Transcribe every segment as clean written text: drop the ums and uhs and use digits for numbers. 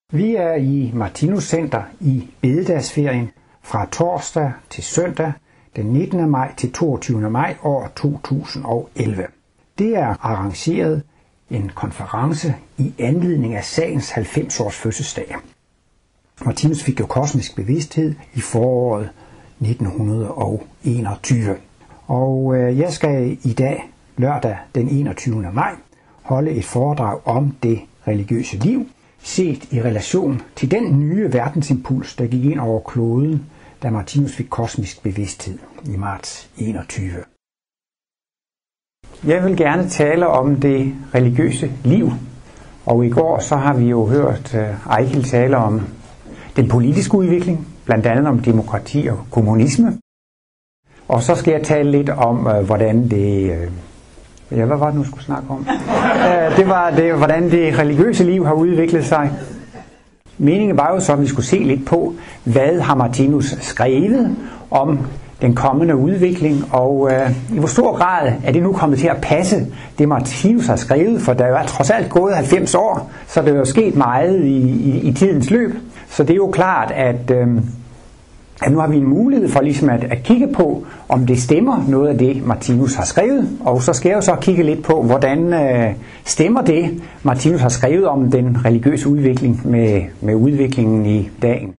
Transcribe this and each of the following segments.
Vi er i Martinus Center i bededagsferien fra torsdag til søndag den 19. maj til 22. maj år 2011. Det er arrangeret en konference i anledning af sagens 90-års fødselsdag. Martinus fik jo kosmisk bevidsthed i foråret 1921. Og jeg skal i dag, lørdag den 21. maj, holde et foredrag om det religiøse liv, set i relation til den nye verdensimpuls, der gik ind over kloden, da Martinus fik kosmisk bevidsthed i marts 21. Jeg vil gerne tale om det religiøse liv, og i går så har vi jo hørt Eichel tale om den politiske udvikling, blandt andet om demokrati og kommunisme. Og så skal jeg tale lidt om, hvordan det... hvad var det nu skulle snakke om? Hvordan det religiøse liv har udviklet sig. Meningen var jo så, at vi skulle se lidt på, hvad har Martinus skrevet om den kommende udvikling, og i hvor stor grad er det nu kommet til at passe, det Martinus har skrevet, for der er jo trods alt gået 90 år, så der er jo sket meget i tidens løb. Så det er jo klart, at nu har vi en mulighed for ligesom at kigge på, om det stemmer noget af det, Martinus har skrevet. Og så skal jeg jo så kigge lidt på, hvordan stemmer det, Martinus har skrevet om den religiøse udvikling med udviklingen i dagen.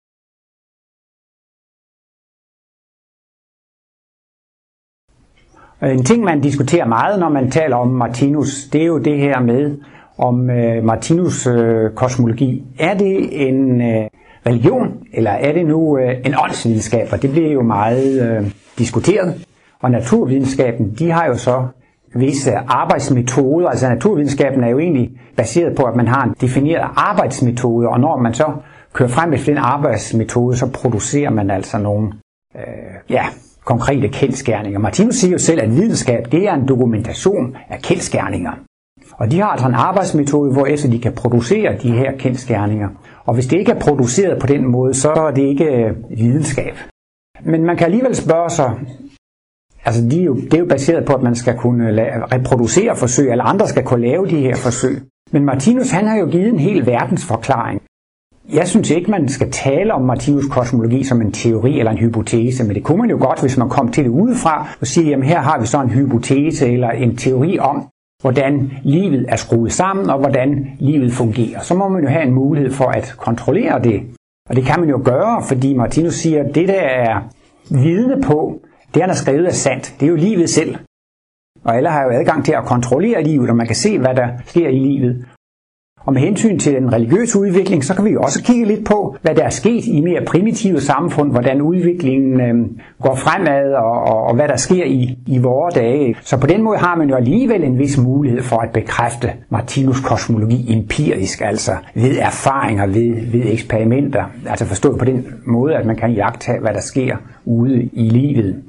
En ting, man diskuterer meget, når man taler om Martinus, det er jo det her med, om Martinus kosmologi, er det en religion, eller er det nu en åndsvidenskab? Og det bliver jo meget diskuteret. Og naturvidenskaben, de har jo så visse arbejdsmetoder. Altså naturvidenskaben er jo egentlig baseret på, at man har en defineret arbejdsmetode, og når man så kører frem efter den arbejdsmetode, så producerer man altså nogle konkrete kendsgerninger. Martinus siger jo selv, at videnskab, det er en dokumentation af kendsgerninger. Og de har altså en arbejdsmetode, hvorefter de kan producere de her kendsgerninger. Og hvis det ikke er produceret på den måde, så er det ikke videnskab. Men man kan alligevel spørge sig, altså det er jo baseret på, at man skal kunne reproducere forsøg, eller andre skal kunne lave de her forsøg. Men Martinus, han har jo givet en hel verdensforklaring. Jeg synes ikke, man skal tale om Martinus kosmologi som en teori eller en hypotese, men det kunne man jo godt, hvis man kom til det udefra og sige, jamen her har vi så en hypotese eller en teori om, hvordan livet er skruet sammen, og hvordan livet fungerer. Så må man jo have en mulighed for at kontrollere det. Og det kan man jo gøre, fordi Martinus siger, at det der er vidne på, det han har skrevet er sandt. Det er jo livet selv. Og alle har jo adgang til at kontrollere livet, og man kan se, hvad der sker i livet. Og med hensyn til den religiøse udvikling, så kan vi jo også kigge lidt på, hvad der er sket i mere primitive samfund, hvordan udviklingen går fremad, og hvad der sker i vore dage. Så på den måde har man jo alligevel en vis mulighed for at bekræfte Martinus kosmologi empirisk, altså ved erfaringer, ved eksperimenter. Altså forstået på den måde, at man kan iagttage, hvad der sker ude i livet.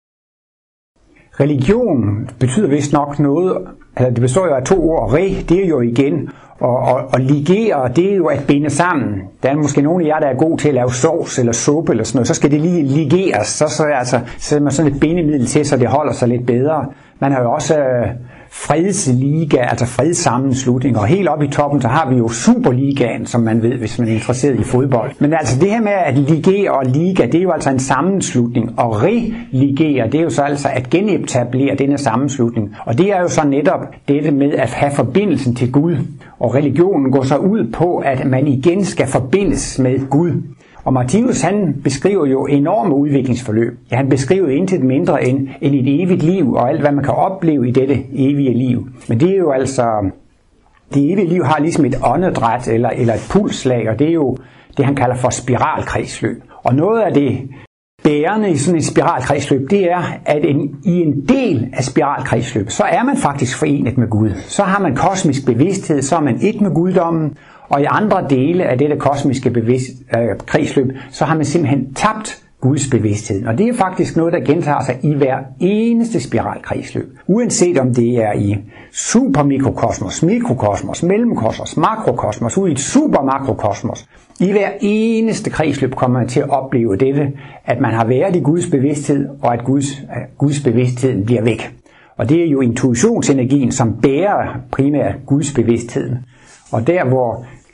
Religion betyder vist nok noget, altså det består jo af to ord. Re, det er jo igen, og ligere, det er jo at binde sammen. Der er måske nogle af jer, der er gode til at lave sovs eller suppe eller sådan noget, så skal det lige ligeres, så man sådan et bindemiddel til, så det holder sig lidt bedre. Man har jo også fredsliga, altså fredssammenslutning, og helt oppe i toppen, så har vi jo Superligaen, som man ved, hvis man er interesseret i fodbold. Men altså det her med at ligere og liga, det er jo altså en sammenslutning, og religere, det er jo så altså at genetablere denne sammenslutning. Og det er jo så netop dette med at have forbindelsen til Gud, og religionen går så ud på, at man igen skal forbindes med Gud. Og Martinus, han beskriver jo enorme udviklingsforløb. Ja, han beskriver intet mindre end et evigt liv, og alt hvad man kan opleve i dette evige liv. Men det er jo altså, det evige liv har ligesom et åndedræt eller et pulsslag, og det er jo det, han kalder for spiralkredsløb. Og noget af det bærende i sådan et spiralkredsløb, det er, at i en del af spiralkredsløb, så er man faktisk forenet med Gud. Så har man kosmisk bevidsthed, så er man et med guddommen, og i andre dele af dette kosmiske kredsløb, så har man simpelthen tabt Guds bevidsthed. Og det er faktisk noget, der gentager sig i hver eneste spiralkredsløb. Uanset om det er i supermikrokosmos, mikrokosmos, mellemkosmos, makrokosmos, ud i et supermakrokosmos. I hver eneste kredsløb kommer man til at opleve dette, at man har været i Guds bevidsthed, og at Guds bevidsthed bliver væk. Og det er jo intuitionsenergien, som bærer primært Guds bevidstheden. Og der hvor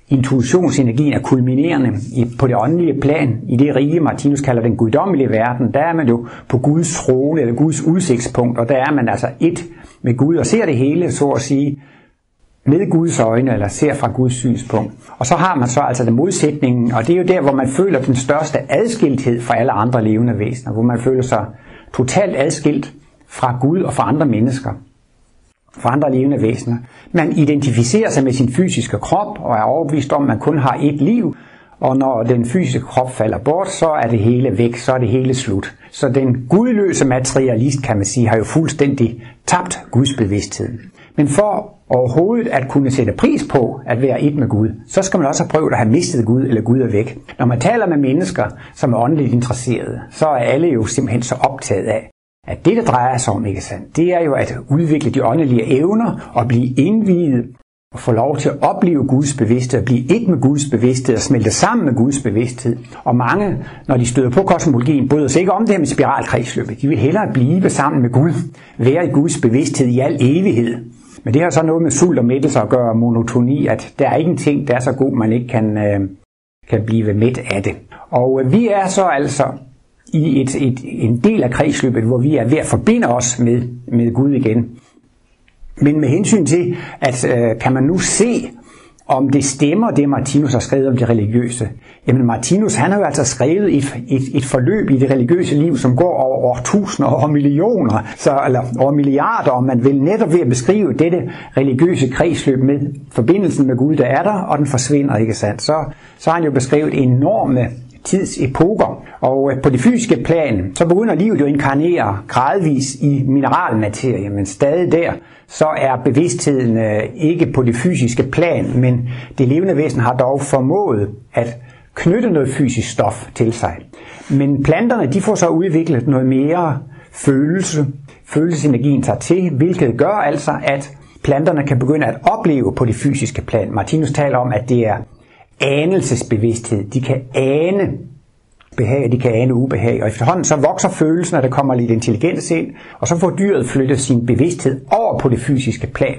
intuitionsenergien er kulminerende på det åndelige plan, i det rige Martinus kalder den guddommelige verden, der er man jo på Guds trone eller Guds udsigtspunkt, og der er man altså et med Gud og ser det hele, så at sige, med Guds øjne, eller ser fra Guds synspunkt. Og så har man så altså den modsætningen, og det er jo der, hvor man føler den største adskilthed fra alle andre levende væsener, hvor man føler sig totalt adskilt fra Gud og fra andre mennesker, fra andre levende væsener. Man identificerer sig med sin fysiske krop og er overbevist om, at man kun har et liv, og når den fysiske krop falder bort, så er det hele væk, så er det hele slut. Så den gudløse materialist, kan man sige, har jo fuldstændig tabt gudsbevidstheden. Men for overhovedet at kunne sætte pris på at være et med Gud, så skal man også have prøvet at have mistet Gud, eller Gud er væk. Når man taler med mennesker, som er åndeligt interesserede, så er alle jo simpelthen så optaget af, at det, der drejer sig om, ikke sandt, det er jo at udvikle de åndelige evner og blive indviet og få lov til at opleve Guds bevidsthed, at blive et med Guds bevidsthed og smelte sammen med Guds bevidsthed. Og mange, når de støder på kosmologien, bryder sig ikke om det her med spiralkredsløbet. De vil hellere blive sammen med Gud, være i Guds bevidsthed i al evighed. Men det har så noget med sult og mættelse at gøre, monotoni, at der er ikke en ting, der er så god, man ikke kan blive mæt af det. Og vi er så altså i en del af kredsløbet, hvor vi er ved at forbinde os med Gud igen. Men med hensyn til, at kan man nu se, om det stemmer, det Martinus har skrevet om det religiøse. Jamen Martinus, han har jo altså skrevet et forløb i det religiøse liv, som går over årtusinder og millioner, eller over milliarder, og man vil netop ved at beskrive dette religiøse kredsløb med forbindelsen med Gud, der er der, og den forsvinder, ikke sandt? Så har han jo beskrevet enorme tidsepoker, og på det fysiske plan, så begynder livet jo at inkarnere gradvis i mineralmaterie, men stadig der, så er bevidstheden ikke på det fysiske plan, men det levende væsen har dog formået at knytte noget fysisk stof til sig. Men planterne, de får så udviklet noget mere følelse. Følelsesenergien tager til, hvilket gør altså, at planterne kan begynde at opleve på det fysiske plan. Martinus taler om, at det er anelsesbevidsthed. De kan ane behag, de kan ane ubehag, og efterhånden så vokser følelsen, at der kommer lidt intelligens ind, og så får dyret flyttet sin bevidsthed over på det fysiske plan,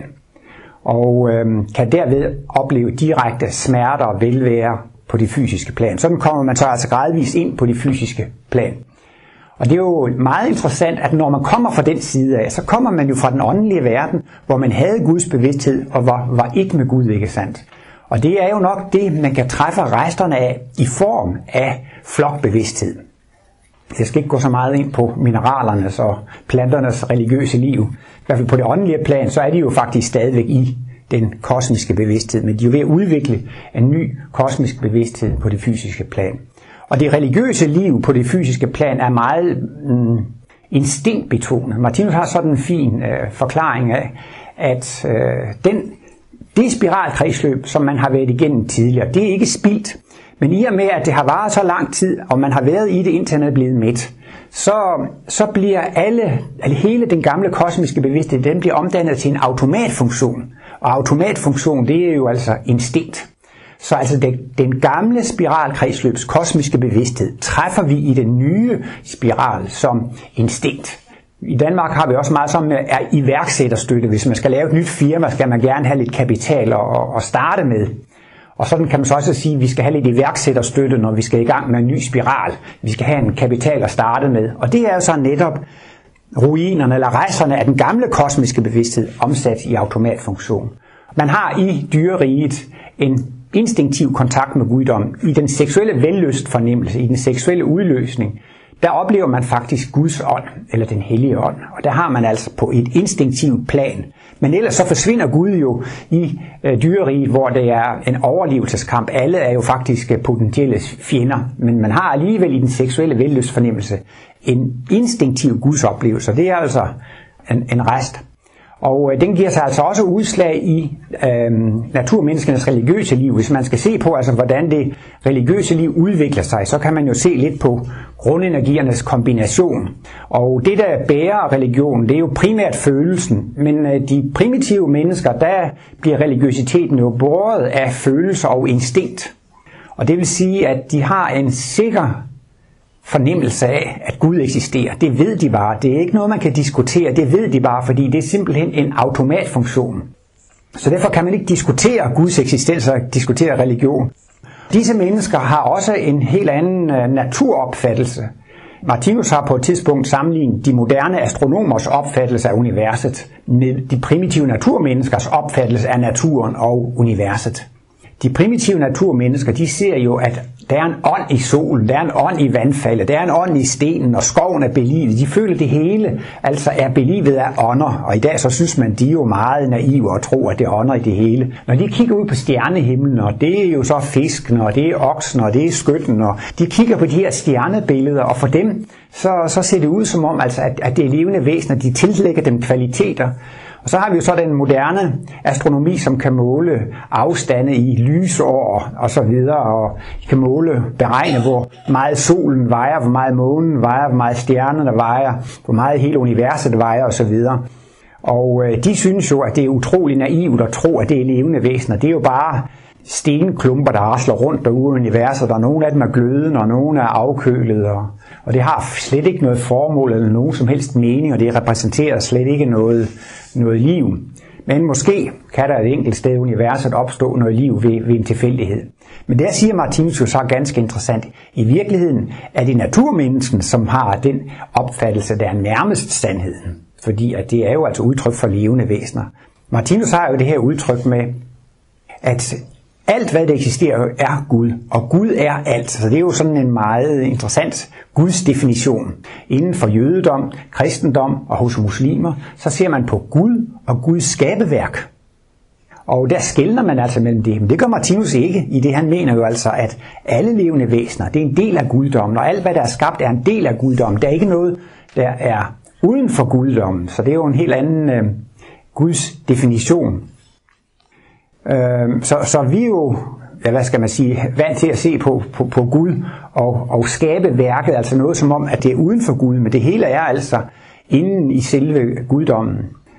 og kan derved opleve direkte smerter og velvære på det fysiske plan. Sådan kommer man så altså gradvist ind på det fysiske plan. Og det er jo meget interessant, at når man kommer fra den side af, så kommer man jo fra den åndelige verden, hvor man havde Guds bevidsthed og var et med Gud, ikke sandt? Og det er jo nok det, man kan træffe resterne af i form af flokbevidsthed. Jeg skal ikke gå så meget ind på mineralernes og planternes religiøse liv. I hvert fald på det åndelige plan, så er de jo faktisk stadigvæk i den kosmiske bevidsthed, men de er jo ved at udvikle en ny kosmisk bevidsthed på det fysiske plan. Og det religiøse liv på det fysiske plan er meget instinktbetonet. Martinus har sådan en fin forklaring af, at det spiralkredsløb, som man har været igennem tidligere, det er ikke spildt. Men i og med, at det har varet så lang tid, og man har været i det, indtil man er blevet mæt, så bliver hele den gamle kosmiske bevidsthed, den bliver omdannet til en automatfunktion. Og automatfunktion, det er jo altså instinkt. Så altså den gamle spiralkredsløbs kosmiske bevidsthed træffer vi i den nye spiral som instinkt. I Danmark har vi også meget som iværksætterstøtte. Hvis man skal lave et nyt firma, skal man gerne have lidt kapital at starte med. Og sådan kan man så også sige, at vi skal have lidt iværksætterstøtte, når vi skal i gang med en ny spiral. Vi skal have en kapital at starte med. Og det er jo så netop ruinerne eller resterne af den gamle kosmiske bevidsthed omsat i automatfunktion. Man har i dyreriget en instinktiv kontakt med guddommen. I den seksuelle vellystfornemmelse, i den seksuelle udløsning, der oplever man faktisk Guds ånd, eller den hellige ånd. Og der har man altså på et instinktivt plan. Men ellers så forsvinder Gud jo i dyreriget, hvor det er en overlevelseskamp. Alle er jo faktisk potentielle fjender. Men man har alligevel i den seksuelle vellystfornemmelse en instinktiv Guds oplevelse. Det er altså en rest. Og den giver sig altså også udslag i naturmenneskenes religiøse liv. Hvis man skal se på, altså, hvordan det religiøse liv udvikler sig, så kan man jo se lidt på grundenergiernes kombination. Og det, der bærer religionen, det er jo primært følelsen. Men de primitive mennesker, der bliver religiøsiteten jo båret af følelser og instinkt. Og det vil sige, at de har en sikker fornemmelse af, at Gud eksisterer. Det ved de bare. Det er ikke noget, man kan diskutere. Det ved de bare, fordi det er simpelthen en automatfunktion. Så derfor kan man ikke diskutere Guds eksistens og diskutere religion. Disse mennesker har også en helt anden naturopfattelse. Martinus har på et tidspunkt sammenlignet de moderne astronomers opfattelse af universet med de primitive naturmenneskers opfattelse af naturen og universet. De primitive naturmennesker, de ser jo, at der er en ånd i solen, der er en ånd i vandfaldet, der er en ånd i stenen, og skoven er belivet. De føler det hele, altså er belivet af ånder. Og i dag så synes man, de er jo meget naive og tror, at det er ånder i det hele. Når de kigger ud på stjernehimlen, og det er jo så fisken, og det er oksen, og det er skytten, og de kigger på de her stjernebilleder, og for dem, så ser det ud som om, altså, at det er levende væsener, de tillægger dem kvaliteter. Og så har vi jo så den moderne astronomi, som kan måle afstande i lysår og så videre, og kan måle, beregne, hvor meget solen vejer, hvor meget månen vejer, hvor meget stjernerne vejer, hvor meget hele universet vejer og så videre. Og de synes jo, at det er utrolig naivt at tro, at det er levende væsener. Det er jo bare stenklumper, der rasler rundt derude i universet, og nogle af dem er glødende, og nogle er afkølet, og det har slet ikke noget formål eller nogen som helst mening, og det repræsenterer slet ikke noget liv. Men måske kan der et enkelt sted i universet opstå noget liv ved en tilfældighed. Men der siger Martinus jo så ganske interessant. I virkeligheden er det naturmennesken, som har den opfattelse, der er nærmest sandheden. Fordi at det er jo altså udtryk for levende væsener. Martinus har jo det her udtryk med, at alt, hvad der eksisterer, er Gud, og Gud er alt. Så det er jo sådan en meget interessant Guds definition. Inden for jødedom, kristendom og hos muslimer, så ser man på Gud og Guds skabeværk. Og der skelner man altså mellem det. Men det gør Martinus ikke, i det han mener jo altså, at alle levende væsener, det er en del af guddommen, og alt, hvad der er skabt, er en del af guddommen. Der er ikke noget, der er uden for guddommen. Så det er jo en helt anden Guds definition. Så vi er jo, hvad skal man sige, vant til at se på Gud og skabe værket, altså noget som om, at det er uden for Gud, men det hele er altså inden i selve guddommen.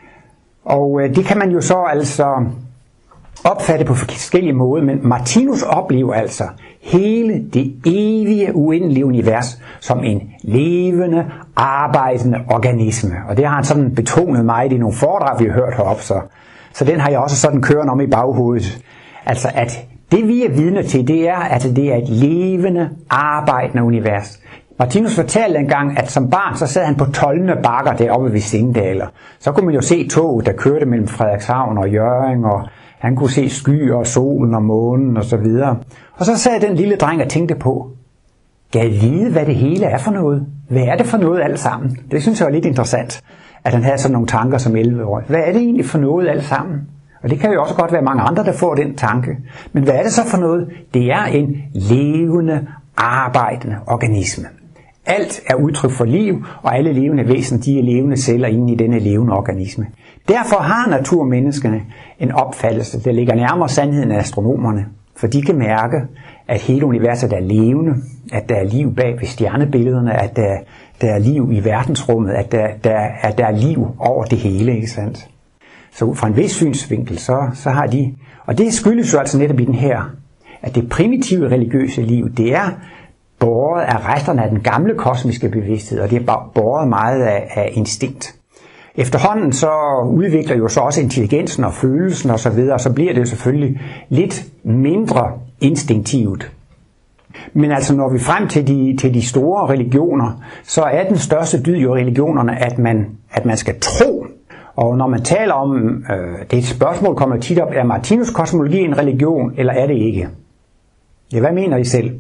Og det kan man jo så altså opfatte på forskellige måder, men Martinus oplever altså hele det evige, uendelige univers som en levende, arbejdende organisme. Og det har han sådan betonet meget i nogle foredrag, vi har hørt heroppe, så den har jeg også sådan kørende om i baghovedet. Altså at det vi er vidne til, det er, at det er et levende, arbejdende univers. Martinus fortalte engang, at som barn, så sad han på toldende bakker deroppe ved Sindal. Så kunne man jo se toget, der kørte mellem Frederikshavn og Hjørring, og han kunne se skyer og solen og månen og så videre. Og så sad den lille dreng og tænkte på, kan jeg vide, hvad det hele er for noget? Hvad er det for noget alt sammen? Det synes jeg var lidt interessant, at han havde sådan nogle tanker som 11-årig. Hvad er det egentlig for noget alt sammen? Og det kan jo også godt være mange andre, der får den tanke. Men hvad er det så for noget? Det er en levende, arbejdende organisme. Alt er udtryk for liv, og alle levende væsener, de er levende celler inde i denne levende organisme. Derfor har naturmenneskene en opfattelse, der ligger nærmere sandheden af astronomerne. For de kan mærke, at hele universet er levende, at der er liv bag ved stjernebillederne, at der er liv i verdensrummet, at der er liv over det hele, ikke sandt? Så ud fra en vis synsvinkel, så har de, og det skyldes jo altså netop i den her, at det primitive religiøse liv, det er båret af resterne af den gamle kosmiske bevidsthed, og det er båret meget af instinkt. Efterhånden så udvikler jo så også intelligensen og følelsen og så videre, og så bliver det jo selvfølgelig lidt mindre instinktivt. Men altså når vi frem til de store religioner, så er den største dyd jo religionerne, at man skal tro. Og når man taler om, det spørgsmål kommer tit op, er Martinus kosmologi en religion, eller er det ikke? Ja, hvad mener I selv?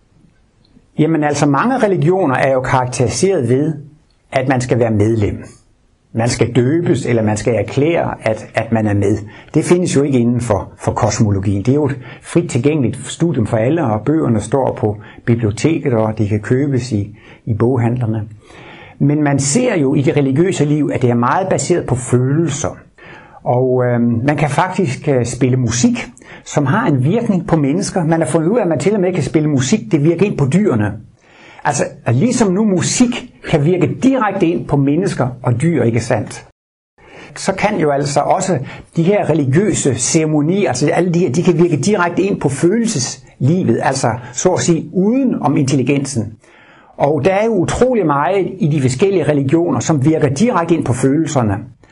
Jamen altså mange religioner er jo karakteriseret ved, at man skal være medlem. Man skal døbes, eller man skal erklære, at man er med. Det findes jo ikke inden for kosmologien. Det er jo et frit tilgængeligt studium for alle, og bøgerne står på biblioteket, og de kan købes i boghandlerne. Men man ser jo i det religiøse liv, at det er meget baseret på følelser. Og man kan faktisk spille musik, som har en virkning på mennesker. Man har fundet ud af, at man til og med kan spille musik, det virker ind på dyrene. Altså ligesom nu musik kan virke direkte ind på mennesker og dyr, ikke sandt? Så kan jo altså også de her religiøse ceremonier, altså alle de her, de kan virke direkte ind på følelseslivet, altså så at sige uden om intelligensen. Og der er jo utrolig meget i de forskellige religioner, som virker direkte ind på følelserne.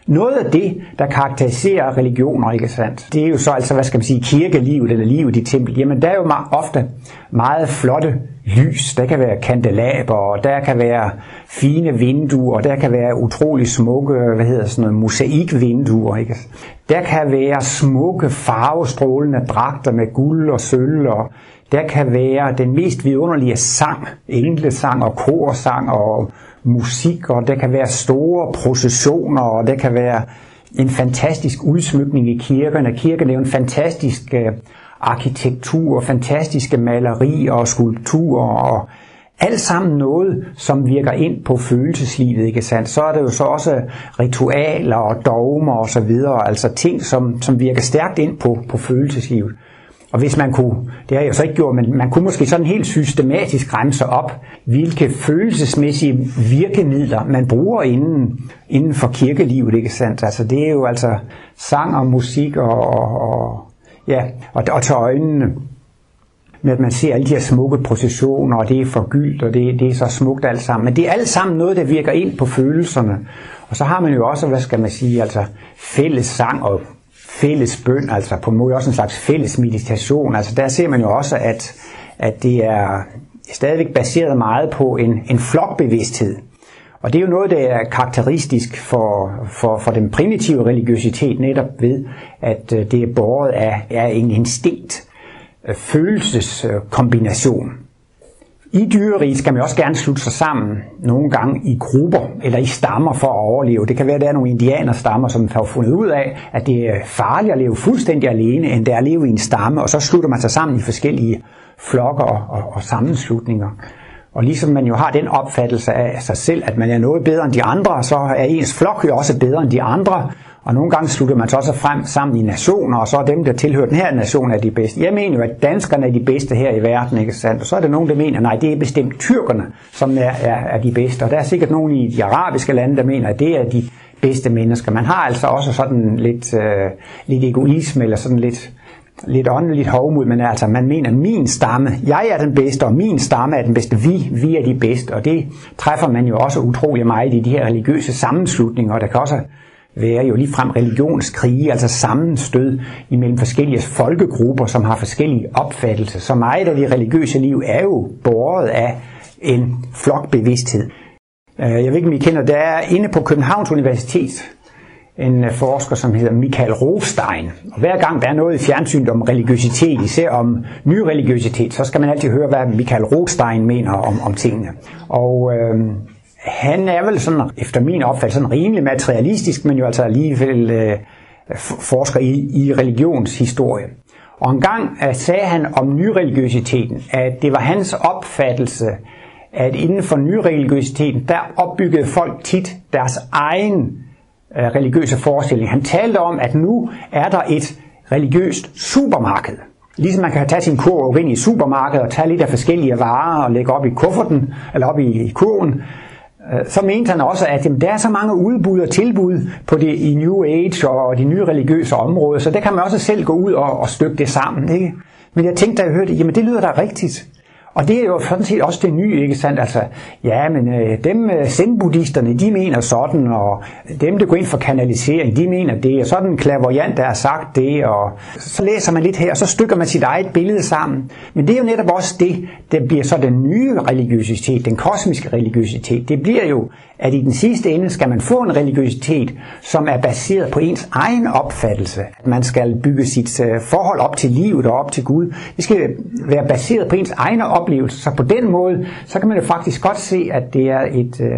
Noget af det, der karakteriserer religioner, ikke sandt, det er jo så altså, hvad skal man sige, kirkelivet eller livet i tempel. Jamen, der er jo ofte meget flotte lys. Der kan være kandelaber, og der kan være fine vinduer, og der kan være utrolig smukke, mosaikvinduer, ikke? Der kan være smukke farvestrålende dragter med guld og sølv, og der kan være den mest vidunderlige sang, englesang og korsang og musik, og der kan være store processioner, og der kan være en fantastisk udsmykning i kirkerne. Kirken er jo en fantastisk arkitektur, fantastiske malerier og skulpturer, og alt sammen noget, som virker ind på følelseslivet, ikke sandt? Så er det jo så også ritualer og dogmer og så videre, altså ting, som virker stærkt ind på følelseslivet. Og hvis man kunne, det har jeg så ikke gjort, men man kunne måske sådan helt systematisk remse op, hvilke følelsesmæssige virkemidler man bruger inden for kirkelivet, ikke sandt? Altså det er jo altså sang og musik og til øjnene, med at man ser alle de her smukke processioner, og det er forgyldt, og det er så smukt alt sammen. Men det er alt sammen noget, der virker ind på følelserne. Og så har man jo også, altså fælles sang og fælles bøn, altså på en måde også en slags fælles meditation. Altså der ser man jo også, at det er stadigvæk baseret meget på en flokbevidsthed. Og det er jo noget, der er karakteristisk for den primitive religiøsitet, netop ved, at det er båret af en instinkt, følelseskombination. I dyreriget skal man også gerne slutte sig sammen, nogle gange i grupper eller i stammer for at overleve. Det kan være, at der er nogle indianerstammer, som har fundet ud af, at det er farligt at leve fuldstændig alene, end det er at leve i en stamme, og så slutter man sig sammen i forskellige flokker og sammenslutninger. Og ligesom man jo har den opfattelse af sig selv, at man er noget bedre end de andre, så er ens flok jo også bedre end de andre. Og nogle gange slutter man så også frem sammen i nationer, og så er dem, der tilhører den her nation, er de bedste. Jeg mener jo, at danskerne er de bedste her i verden, ikke sandt? Og så er der nogen, der mener, nej, det er bestemt tyrkerne, som er de bedste. Og der er sikkert nogen i de arabiske lande, der mener, at det er de bedste mennesker. Man har altså også sådan lidt egoisme, eller sådan lidt åndeligt hovmod, men altså man mener, min stamme, jeg er den bedste, og min stamme er den bedste, vi er de bedste. Og det træffer man jo også utrolig meget i de her religiøse sammenslutninger, og der kan også være jo ligefrem religionskrige, altså sammenstød imellem forskellige folkegrupper, som har forskellige opfattelser. Så meget af det religiøse liv er jo båret af en flokbevidsthed. Jeg ved ikke, om I kender, der er inde på Københavns Universitet en forsker, som hedder Michael Rothstein. Og hver gang der er noget i fjernsynet om religiøsitet, især om ny religiøsitet, så skal man altid høre, hvad Michael Rothstein mener om tingene. Og han er vel sådan, efter min opfattelse, sådan rimelig materialistisk, men jo altså alligevel forsker i religionshistorie. Og en gang sagde han om nyreligiøsiteten, at det var hans opfattelse, at inden for nyreligiøsiteten, der opbyggede folk tit deres egen religiøse forestilling. Han talte om, at nu er der et religiøst supermarked. Ligesom man kan tage sin kurv ind i supermarkedet og tage lidt af forskellige varer og lægge op i kufferten, eller op i kurven, så mente han også, at der er så mange udbud og tilbud på det i New Age og de nye religiøse områder, så der kan man også selv gå ud og stykke det sammen, ikke? Men jeg tænkte, da jeg hørte det, jamen det lyder da rigtigt. Og det er jo sådan set også det nye, ikke sandt? Altså, ja, men dem zen-buddhisterne, de mener sådan, og dem, der går ind for kanalisering, de mener det, og sådan en clairvoyant, der har sagt det, og så læser man lidt her, og så stykker man sit eget billede sammen. Men det er jo netop også det, der bliver så den nye religiøsitet, den kosmiske religiøsitet. Det bliver jo, at i den sidste ende skal man få en religiøsitet, som er baseret på ens egen opfattelse. At man skal bygge sit forhold op til livet og op til Gud. Det skal være baseret på ens egne oplevelser. Så på den måde, så kan man jo faktisk godt se, at det er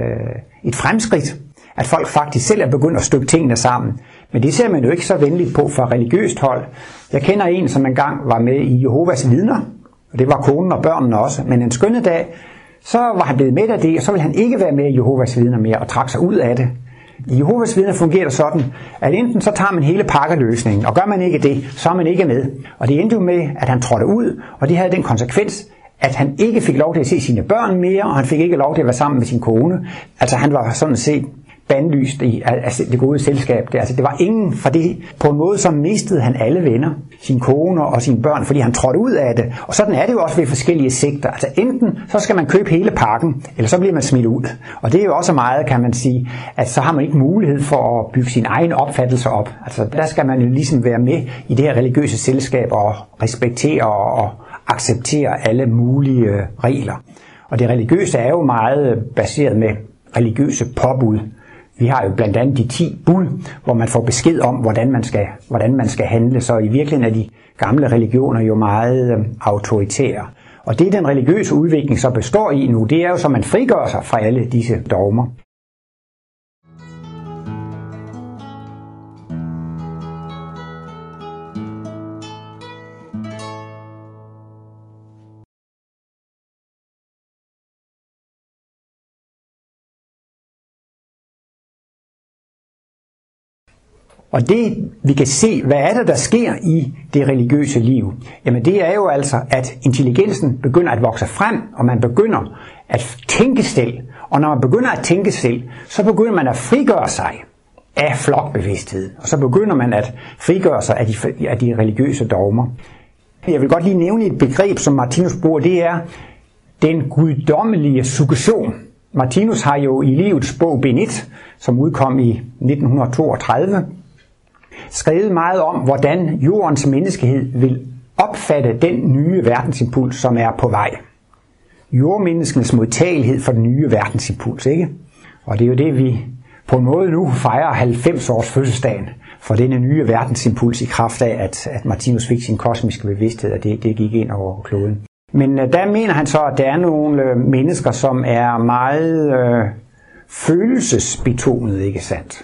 et fremskridt, at folk faktisk selv er begyndt at stykke tingene sammen. Men det ser man jo ikke så venligt på fra religiøst hold. Jeg kender en, som engang var med i Jehovas vidner, og det var konen og børnene også. Men en skønne dag, så var han blevet med af det, og så ville han ikke være med i Jehovas vidner mere og trak sig ud af det. I Jehovas vidner fungerer det sådan, at enten så tager man hele pakkeløsningen, og gør man ikke det, så er man ikke med. Og det endte jo med, at han trådte ud, og det havde den konsekvens, at han ikke fik lov til at se sine børn mere, og han fik ikke lov til at være sammen med sin kone. Altså han var sådan set bandlyst i det gode selskab. Det var ingen, for det på en måde så mistede han alle venner, sine koner og sine børn, fordi han trådte ud af det. Og sådan er det jo også ved forskellige sekter. Altså enten så skal man købe hele pakken, eller så bliver man smidt ud. Og det er jo også meget, kan man sige, at så har man ikke mulighed for at bygge sin egen opfattelse op. Altså der skal man jo ligesom være med i det her religiøse selskab og respektere og acceptere alle mulige regler. Og det religiøse er jo meget baseret med religiøse påbud. Vi har jo blandt andet de 10 bud, hvor man får besked om, hvordan man skal handle. Så i virkeligheden er de gamle religioner jo meget autoritære. Og det den religiøse udvikling så består i nu, det er jo så, at man frigør sig fra alle disse dogmer. Og det vi kan se, hvad er det, der sker i det religiøse liv? Jamen det er jo altså, at intelligensen begynder at vokse frem, og man begynder at tænke selv. Og når man begynder at tænke selv, så begynder man at frigøre sig af flokbevidstheden. Og så begynder man at frigøre sig af de religiøse dogmer. Jeg vil godt lige nævne et begreb, som Martinus bruger, det er den guddommelige suggestion. Martinus har jo i Livets bog bind 1, som udkom i 1932, skrevet meget om, hvordan jordens menneskehed vil opfatte den nye verdensimpuls, som er på vej. Jordmenneskenes modtagelighed for den nye verdensimpuls, ikke? Og det er jo det, vi på en måde nu fejrer 90 års fødselsdagen for denne nye verdensimpuls i kraft af, at Martinus fik sin kosmiske bevidsthed, og det gik ind over kloden. Men der mener han så, at der er nogle mennesker, som er meget følelsesbetonet, ikke sandt?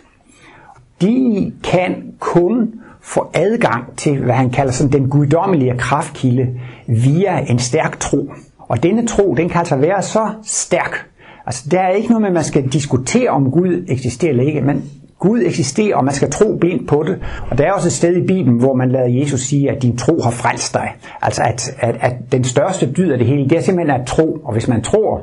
De kan kun få adgang til, hvad han kalder sådan den guddommelige kraftkilde, via en stærk tro. Og denne tro, den kan altså være så stærk. Altså der er ikke noget med, at man skal diskutere, om Gud eksisterer eller ikke, men Gud eksisterer, og man skal tro blindt på det. Og der er også et sted i Bibelen, hvor man lader Jesus sige, at din tro har frelst dig. Altså at den største dyd af det hele, det er simpelthen at tro. Og hvis man tror,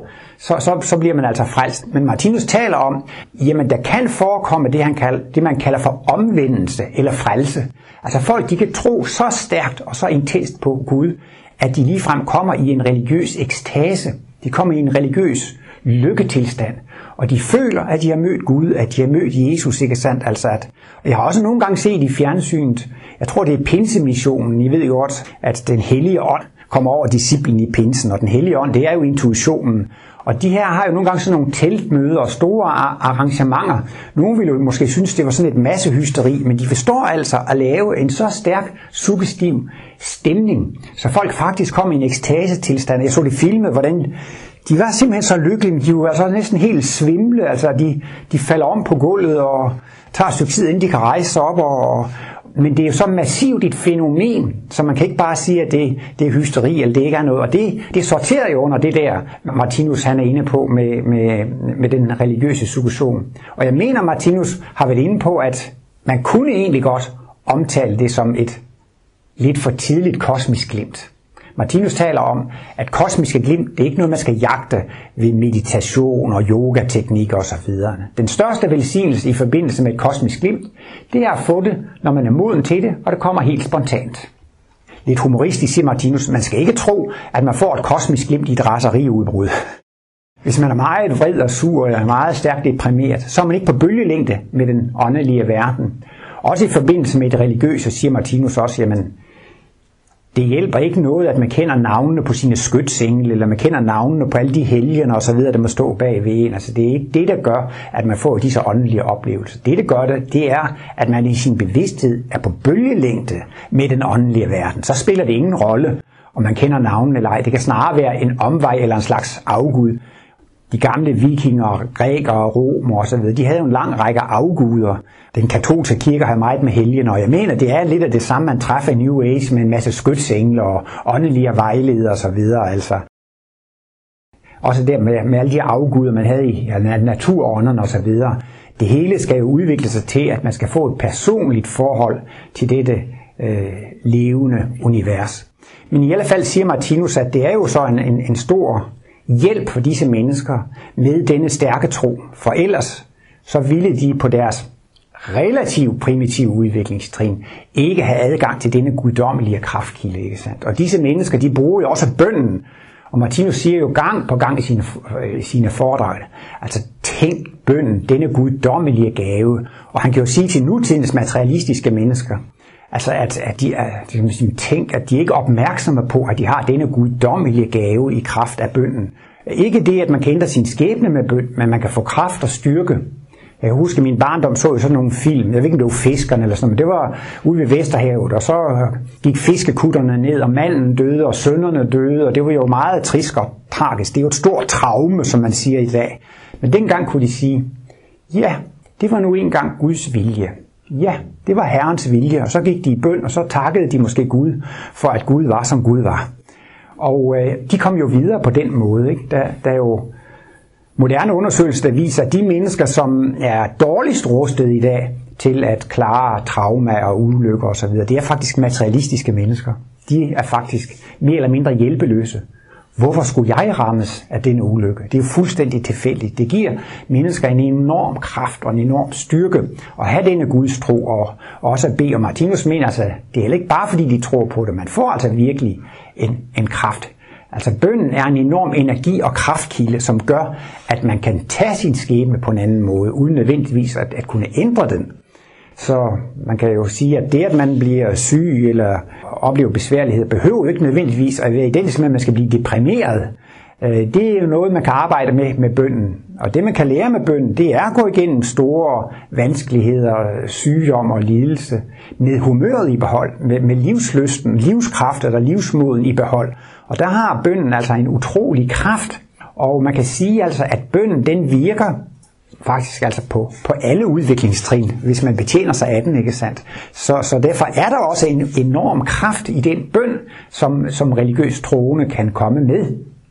så bliver man altså frelst. Men Martinus taler om, jamen der kan forekomme det man kalder for omvendelse eller frelse. Altså folk, de kan tro så stærkt og så intenst på Gud, at de ligefrem kommer i en religiøs ekstase. De kommer i en religiøs lykketilstand. Og de føler, at de har mødt Gud, at de har mødt Jesus, ikke sandt? Altså jeg har også nogle gange set i fjernsynet, jeg tror det er pinsemissionen, I ved jo godt, at den hellige ånd kommer over disciplen i pinsen, og den hellige ånd, det er jo intuitionen. Og de her har jo nogle gange sådan nogle teltmøder og store arrangementer. Nogle vil jo måske synes, det var sådan et massehysteri, men de forstår altså at lave en så stærk, suggestiv stemning, så folk faktisk kommer i en ekstasetilstand. Jeg så det filmet, hvordan de var simpelthen så lykkelige, de var så næsten helt svimle, altså de falder om på gulvet og tager et stykke tid, inden de kan rejse sig op. Men det er jo så massivt et fænomen, så man kan ikke bare sige, at det er hysteri, eller det ikke er noget. Og det sorterer jo under det der, Martinus han er inde på med den religiøse suggestion. Og jeg mener, Martinus har været inde på, at man kunne egentlig godt omtale det som et lidt for tidligt kosmisk glimt. Martinus taler om, at kosmiske glimt, det er ikke noget, man skal jagte ved meditation og yogateknikker osv. Den største velsignelse i forbindelse med et kosmisk glimt, det er at få det, når man er moden til det, og det kommer helt spontant. Lidt humoristisk siger Martinus, man skal ikke tro, at man får et kosmisk glimt i et raseriudbrud. Hvis man er meget vred og sur eller meget stærkt deprimeret, så er man ikke på bølgelængde med den åndelige verden. Også i forbindelse med det religiøse siger Martinus også, jamen, det hjælper ikke noget, at man kender navnene på sine skytsengle, eller man kender navnene på alle de helgener og så videre, der må stå bag ved en. Altså det er ikke det, der gør, at man får disse åndelige oplevelser. Det, der gør det er, at man i sin bevidsthed er på bølgelængde med den åndelige verden. Så spiller det ingen rolle, om man kender navnene eller ej. Det kan snarere være en omvej eller en slags afgud. De gamle vikinger, grækere og romer og så videre, de havde jo en lang række afguder. Den katolske kirke havde meget med helgen, og jeg mener, det er lidt af det samme, man træffer i New Age med en masse skytsengler og åndelige vejledere og så videre. Altså. Også der med alle de afguder, man havde i naturånderne og så videre. Det hele skal jo udvikle sig til, at man skal få et personligt forhold til dette levende univers. Men i alle fald siger Martinus, at det er jo så en stor hjælp for disse mennesker med denne stærke tro. For ellers så ville de på deres relativt primitive udviklingstrin ikke have adgang til denne guddommelige kraftkilde, ikke sandt? Og disse mennesker, de bruger jo også bønnen. Og Martinus siger jo gang på gang i sine foredrag, altså tænk bønnen, denne guddommelige gave. Og han kan jo sige til nutidens materialistiske mennesker, altså at de ikke er opmærksomme på, at de har denne guddommelige gave i kraft af bønnen. Ikke det, at man kan ændre sin skæbne med bøn, men man kan få kraft og styrke. Jeg husker, min barndom så jo sådan nogle film. Jeg ved ikke, om det var Fiskerne eller sådan noget, men det var ude ved Vesterhavet, og så gik fiskekutterne ned, og manden døde, og sønnerne døde, og det var jo meget trist og tragisk. Det er jo et stort traume, som man siger i dag. Men dengang kunne de sige, ja, det var nu engang Guds vilje. Ja, det var Herrens vilje, og så gik de i bøn, og så takkede de måske Gud, for at Gud var, som Gud var. Og de kom jo videre på den måde, ikke? Der er jo moderne undersøgelser, der viser, at de mennesker, som er dårligst rustet i dag til at klare traumer og ulykker osv., det er faktisk materialistiske mennesker. De er faktisk mere eller mindre hjælpeløse. Hvorfor skulle jeg rammes af den ulykke? Det er jo fuldstændig tilfældigt. Det giver mennesker en enorm kraft og en enorm styrke at have denne Guds tro og også at bede. Og Martinus mener altså, det er heller ikke bare fordi de tror på det. Man får altså virkelig en kraft. Altså bønnen er en enorm energi- og kraftkilde, som gør, at man kan tage sin skæbne på en anden måde, uden nødvendigvis at kunne ændre den. Så man kan jo sige, at det, at man bliver syg eller oplever besværlighed, behøver jo ikke nødvendigvis at være identisk med, at man skal blive deprimeret. Det er jo noget, man kan arbejde med bønnen. Og det, man kan lære med bønnen, det er at gå igennem store vanskeligheder, sygdom og lidelse, med humøret i behold, med livslysten, livskraft eller livsmoden i behold. Og der har bønnen altså en utrolig kraft, og man kan sige altså, at bønnen den virker faktisk altså på alle udviklingstrin, hvis man betjener sig af den, ikke sandt? Så derfor er der også en enorm kraft i den bøn, som religiøs troende kan komme med.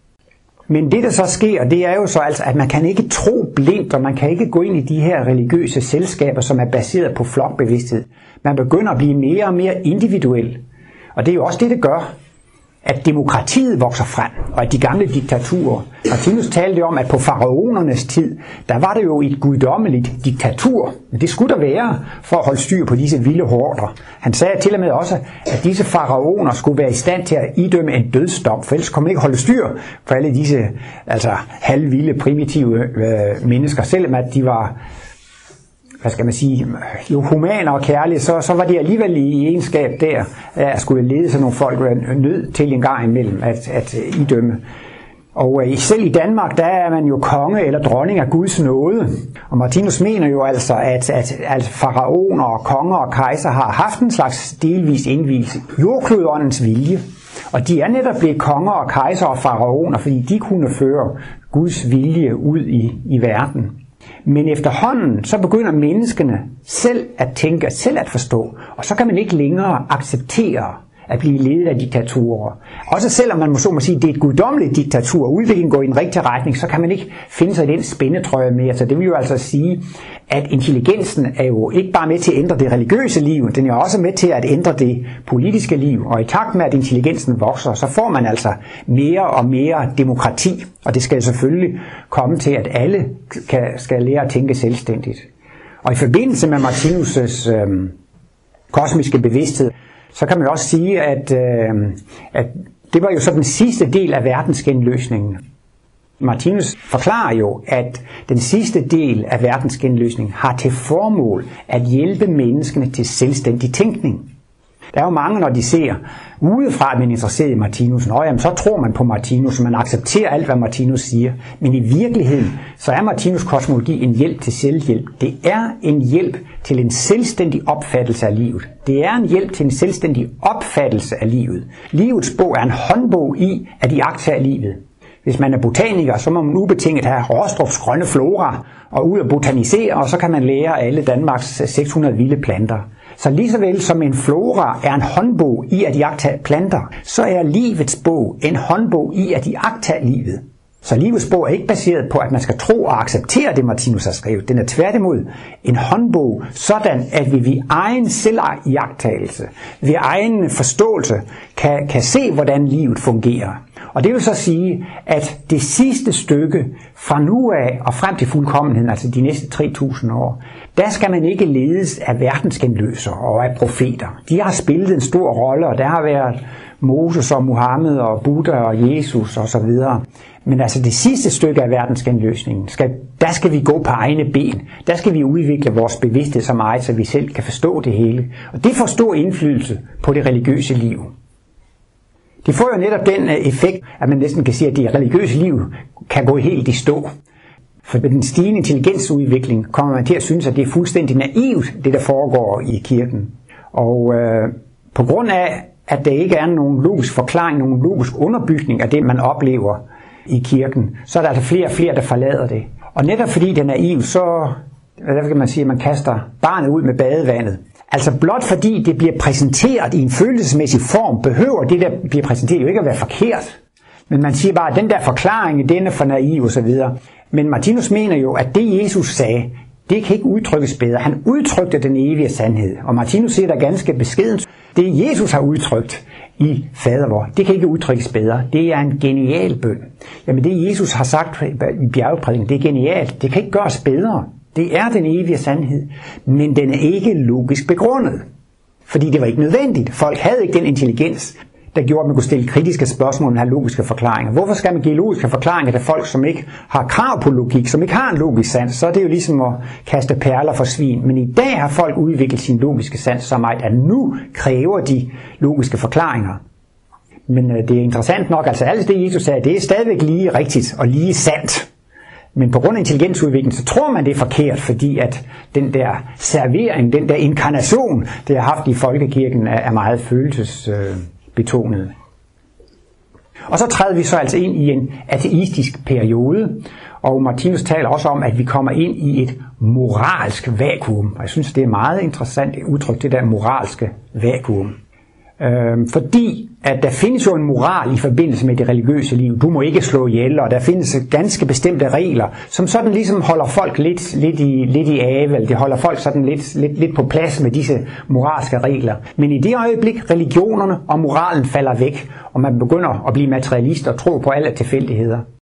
Men det, der så sker, det er jo så altså, at man kan ikke tro blindt, og man kan ikke gå ind i de her religiøse selskaber, som er baseret på flokbevidsthed. Man begynder at blive mere og mere individuel. Og det er jo også det, det gør, at demokratiet vokser frem, og at de gamle diktaturer. Martinus talte om, at på faraonernes tid, der var det jo et guddommeligt diktatur. Men det skulle der være for at holde styr på disse vilde horder. Han sagde til og med også, at disse faraoner skulle være i stand til at idømme en dødsdom, for ellers kunne man ikke holde styr på alle disse halvvilde, primitive mennesker, selvom at de var jo humane og kærlige, så var de alligevel i egenskab der, at skulle lede sådan nogle folk nødt til en gang imellem at idømme. Og selv i Danmark, der er man jo konge eller dronning af Guds nåde. Og Martinus mener jo altså, at faraoner og konger og kejser har haft en slags delvis indvielse. Jordklodåndens vilje. Og de er netop blevet konger og kejser og faraoner, fordi de kunne føre Guds vilje ud i verden. Men efterhånden, så begynder menneskene selv at tænke, selv at forstå, og så kan man ikke længere acceptere at blive ledet af diktaturer. Også selvom man må sige, at det er et guddommeligt diktatur, og udviklingen går i en rigtig retning, så kan man ikke finde sig i den spændetrøje mere. Så det vil jo altså sige, at intelligensen er jo ikke bare med til at ændre det religiøse liv, den er også med til at ændre det politiske liv. Og i takt med, at intelligensen vokser, så får man altså mere og mere demokrati. Og det skal selvfølgelig komme til, at alle skal lære at tænke selvstændigt. Og i forbindelse med Martinus' kosmiske bevidsthed, så kan man også sige, at det var jo så den sidste del af verdensgenløsningen. Martinus forklarer jo, at den sidste del af verdensgenløsningen har til formål at hjælpe menneskene til selvstændig tænkning. Der er jo mange, når de ser udefra, at man er interesseret i Martinus, så tror man på Martinus, og man accepterer alt, hvad Martinus siger. Men i virkeligheden, så er Martinus kosmologi en hjælp til selvhjælp. Det er en hjælp til en selvstændig opfattelse af livet. Det er en hjælp til en selvstændig opfattelse af livet. Livets bog er en håndbog i at iagttage livet. Hvis man er botaniker, så må man ubetinget have Rostrups grønne flora og ud og botanisere, og så kan man lære alle Danmarks 600 vilde planter. Så lige så vel som en flora er en håndbog i at iagttage planter, så er livets bog en håndbog i at iagttage livet. Så livets bog er ikke baseret på, at man skal tro og acceptere det, Martinus har skrevet. Den er tværtimod en håndbog, sådan at vi ved egen selviagttagelse, ved egen forståelse, kan se, hvordan livet fungerer. Og det vil så sige, at det sidste stykke fra nu af og frem til fuldkommenheden, altså de næste 3000 år, der skal man ikke ledes af verdensgenløsere og af profeter. De har spillet en stor rolle, og der har været Moses og Muhammed og Buddha og Jesus osv. Men altså det sidste stykke af verdensgenløsningen, der skal vi gå på egne ben. Der skal vi udvikle vores bevidsthed så meget, så vi selv kan forstå det hele. Og det får stor indflydelse på det religiøse liv. Det får jo netop den effekt, at man næsten kan sige, at det religiøse liv kan gå helt i stå. For med den stigende intelligensudvikling kommer man til at synes, at det er fuldstændig naivt, det der foregår i kirken. Og på grund af, at der ikke er nogen logisk forklaring, nogen logisk underbygning af det, man oplever i kirken, så er der altså flere og flere, der forlader det. Og netop fordi det er naivt, så kan man sige, at man kaster barnet ud med badevandet. Altså blot fordi det bliver præsenteret i en følelsesmæssig form, behøver det, der bliver præsenteret, jo ikke at være forkert. Men man siger bare, at den der forklaring, den er for naiv osv. Men Martinus mener jo, at det Jesus sagde, det kan ikke udtrykkes bedre. Han udtrykte den evige sandhed. Og Martinus siger der ganske beskedent, det Jesus har udtrykt i fadervor, det kan ikke udtrykkes bedre. Det er en genial bøn. Jamen det Jesus har sagt i bjergprædiken, det er genialt. Det kan ikke gøres bedre. Det er den evige sandhed, men den er ikke logisk begrundet. Fordi det var ikke nødvendigt. Folk havde ikke den intelligens, der gjorde, at man kunne stille kritiske spørgsmål og have logiske forklaringer. Hvorfor skal man give logiske forklaringer til folk, som ikke har krav på logik, som ikke har en logisk sans? Så er det jo ligesom at kaste perler for svin. Men i dag har folk udviklet sin logiske sans så meget, at nu kræver de logiske forklaringer. Men det er interessant nok, altså alt det Jesus sagde, det er stadigvæk lige rigtigt og lige sandt. Men på grund af intelligensudvikling, så tror man det er forkert, fordi at den der servering, den der inkarnation, det har haft i folkekirken, er meget følelsesbetonet. Og så træder vi så altså ind i en ateistisk periode, og Martinus taler også om, at vi kommer ind i et moralsk vakuum. Og jeg synes, det er meget interessant udtryk, det der moralske vakuum. Fordi at der findes jo en moral i forbindelse med det religiøse liv. Du må ikke slå ihjel, og der findes ganske bestemte regler, som sådan ligesom holder folk lidt i ave, eller det holder folk sådan lidt på plads med disse moralske regler. Men i det øjeblik religionerne og moralen falder væk, og man begynder at blive materialist og tro på alle tilfældigheder.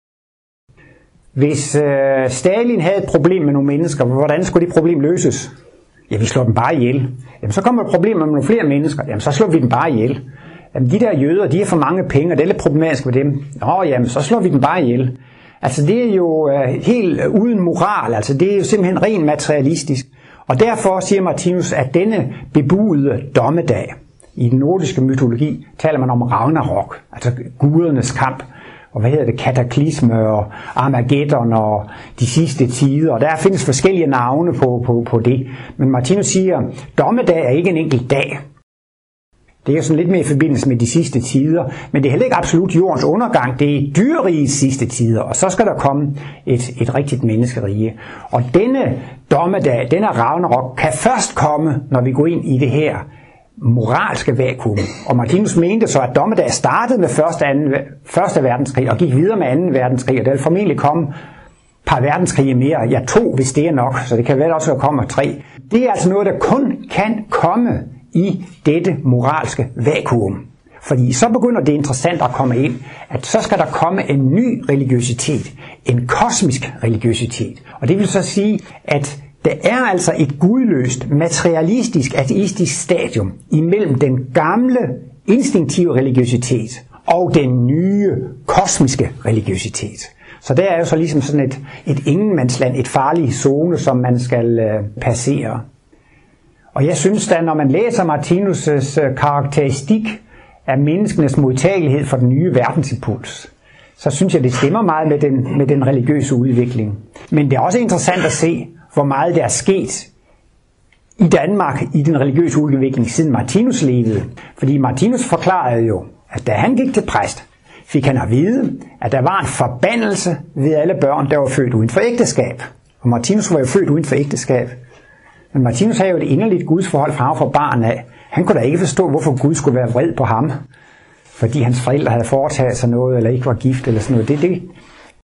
Hvis Stalin havde et problem med nogle mennesker, hvordan skulle det problem løses? Ja, vi slår dem bare ihjel. Jamen, så kommer der problemer med nogle flere mennesker. Jamen, så slår vi dem bare ihjel. Jamen, de der jøder, de har for mange penge, og det er lidt problematisk med dem. Jamen, så slår vi dem bare ihjel. Altså, det er jo helt uden moral. Altså, det er jo simpelthen rent materialistisk. Og derfor siger Martinus, at denne bebudede dommedag, i den nordiske mytologi, taler man om Ragnarok, altså gudernes kamp. Og kataklysme og Armageddon og de sidste tider. Og der findes forskellige navne på det. Men Martinus siger, dommedag er ikke en enkelt dag. Det er sådan lidt mere i forbindelse med de sidste tider. Men det er heller ikke absolut jordens undergang. Det er dyrerigets sidste tider. Og så skal der komme et rigtigt menneskerige. Og denne dommedag, denne Ragnarok, kan først komme, når vi går ind i det her moralske vakuum. Og Martinus mente så, at dommedag startede med første verdenskrig og gik videre med anden verdenskrig, og der vil formentlig komme et par verdenskrige mere, ja 2, hvis det er nok, så det kan vel også komme 3. Det er altså noget, der kun kan komme i dette moralske vakuum. Fordi så begynder det interessant at komme ind, at så skal der komme en ny religiøsitet, en kosmisk religiøsitet. Og det vil så sige, at der er altså et gudløst, materialistisk, ateistisk stadium imellem den gamle, instinktive religiøsitet og den nye, kosmiske religiøsitet. Så der er jo så ligesom sådan et ingenmandsland, et farligt zone, som man skal passere. Og jeg synes da, når man læser Martinus' karakteristik af menneskenes modtagelighed for den nye verdensimpuls, så synes jeg, det stemmer meget med den religiøse udvikling. Men det er også interessant at se, hvor meget der er sket i Danmark i den religiøse udvikling, siden Martinus levede. Fordi Martinus forklarede jo, at da han gik til præst, fik han at vide, at der var en forbandelse ved alle børn, der var født uden for ægteskab. Og Martinus var jo født uden for ægteskab. Men Martinus havde jo et inderligt gudsforhold fra barn af. Han kunne da ikke forstå, hvorfor Gud skulle være vred på ham, fordi hans forældre havde foretaget sig noget, eller ikke var gift, eller sådan noget.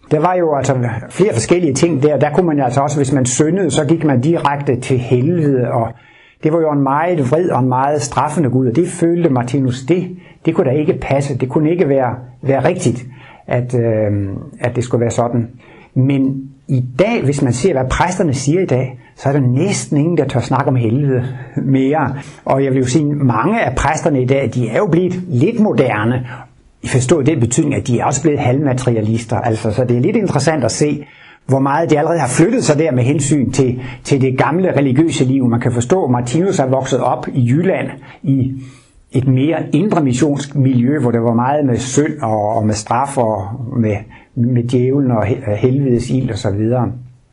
Der var jo altså flere forskellige ting der. Der kunne man altså også, hvis man syndede, så gik man direkte til helvede, og det var jo en meget vred og en meget straffende Gud, og det følte Martinus, det kunne da ikke passe. Det kunne ikke være rigtigt, at det skulle være sådan. Men i dag, hvis man ser, hvad præsterne siger i dag, så er der næsten ingen, der tør snakke om helvede mere. Og jeg vil jo sige, mange af præsterne i dag, de er jo blevet lidt moderne. I forstår den betydning, at de er også blevet halvmaterialister. Altså, så det er lidt interessant at se, hvor meget de allerede har flyttet sig der med hensyn til det gamle religiøse liv. Man kan forstå, at Martinus er vokset op i Jylland i et mere indre missionsk miljø, hvor der var meget med synd og med straf og med djævlen og helvedes ild og så videre.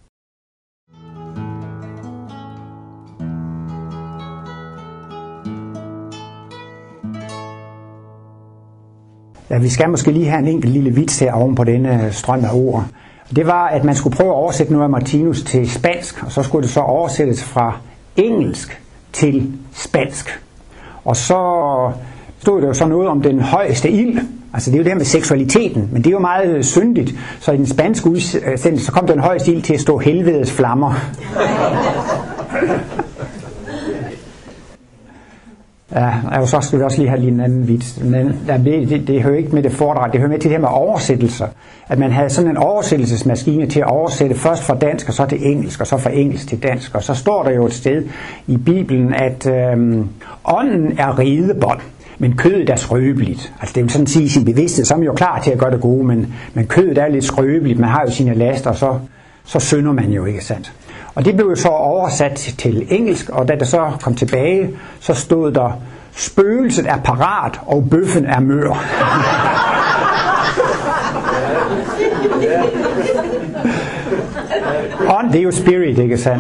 Ja, vi skal måske lige have en enkelt lille vits her oven på denne strøm af ord. Det var, at man skulle prøve at oversætte noget af Martinus til spansk, og så skulle det så oversættes fra engelsk til spansk. Og så stod der jo så noget om den højeste ild. Altså det er jo det her med seksualiteten, men det er jo meget syndigt. Så i den spanske udsendelse, så kom den højeste ild til at stå helvedes flammer. Ja, og så skal vi også lige have lige en anden vits. Men det hører ikke med det foredrag, det hører med til det her med oversættelser. At man havde sådan en oversættelsesmaskine til at oversætte først fra dansk og så til engelsk, og så fra engelsk til dansk. Og så står der jo et sted i Bibelen, at ånden er ridebånd, men kødet er skrøbeligt. Altså det vil sådan sige, sin bevidsthed, så er man jo klar til at gøre det gode, men kødet er lidt skrøbeligt, man har jo sine laster, og så synder man jo, ikke sandt? Og det blev jo så oversat til engelsk, og da det så kom tilbage, så stod der, spøgelset er parat, og bøffen er mør. Ånd, det er jo spirit, ikke sandt?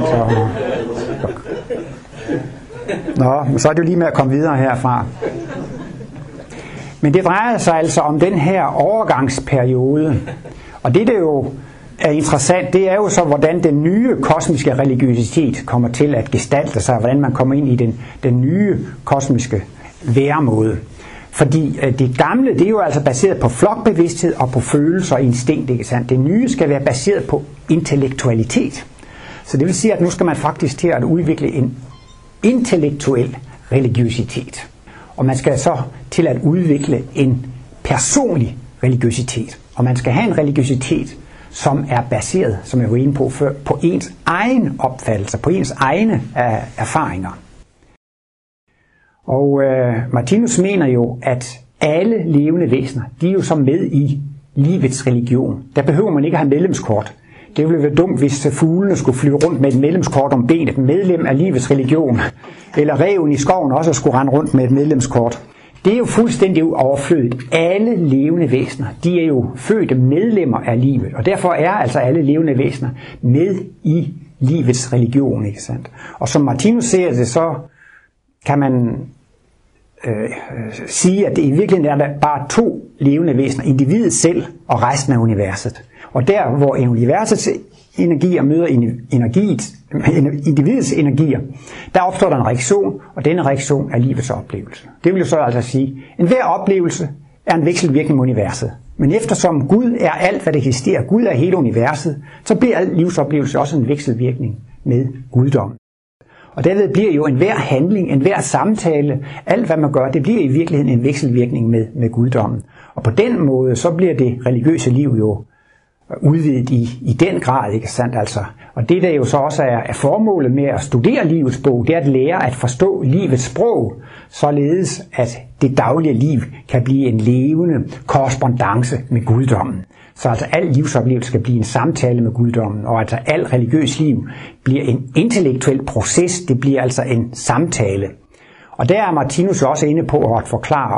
Så er det jo lige med at komme videre herfra. Men det drejer sig altså om den her overgangsperiode, og det der jo er interessant, det er jo så, hvordan den nye kosmiske religiøsitet kommer til at gestalte sig, hvordan man kommer ind i den nye kosmiske væremåde. Fordi det gamle, det er jo altså baseret på flokbevidsthed og på følelser og instinkt, ikke sandt? Det nye skal være baseret på intellektualitet. Så det vil sige, at nu skal man faktisk til at udvikle en intellektuel religiøsitet. Og man skal så til at udvikle en personlig religiøsitet. Og man skal have en religiøsitet, som er baseret, som jeg var inde på før, på ens egen opfattelse, på ens egne erfaringer. Og Martinus mener jo, at alle levende væsener, de er jo så med i livets religion. Der behøver man ikke have medlemskort. Det ville være dumt, hvis fuglene skulle flyve rundt med et medlemskort om benet, medlem af livets religion. Eller ræven i skoven også skulle rende rundt med et medlemskort. Det er jo fuldstændig overflødigt. Alle levende væsener, de er jo fødte medlemmer af livet, og derfor er altså alle levende væsener med i livets religion, ikke sandt? Og som Martinus ser det, så kan man sige, at det i virkeligheden er der bare to levende væsener, individet selv og resten af universet. Og der, hvor universets energier møder individets energier, der opstår der en reaktion, og denne reaktion er livets oplevelse. Det vil jo så altså sige, at enhver oplevelse er en vekselvirkning med universet. Men eftersom Gud er alt, hvad der eksisterer, Gud er hele universet, så bliver al livsoplevelse også en vekselvirkning med guddommen. Og derved bliver jo enhver handling, enhver samtale, alt hvad man gør, det bliver i virkeligheden en vekselvirkning med guddommen. Og på den måde, så bliver det religiøse liv jo udvidet i den grad, ikke sandt altså. Og det der jo så også er formålet med at studere livets bog, det er at lære at forstå livets sprog, således at det daglige liv kan blive en levende korrespondance med guddommen. Så altså al livsoplevelse skal blive en samtale med guddommen, og altså al religiøs liv bliver en intellektuel proces, det bliver altså en samtale. Og der er Martinus også inde på at forklare,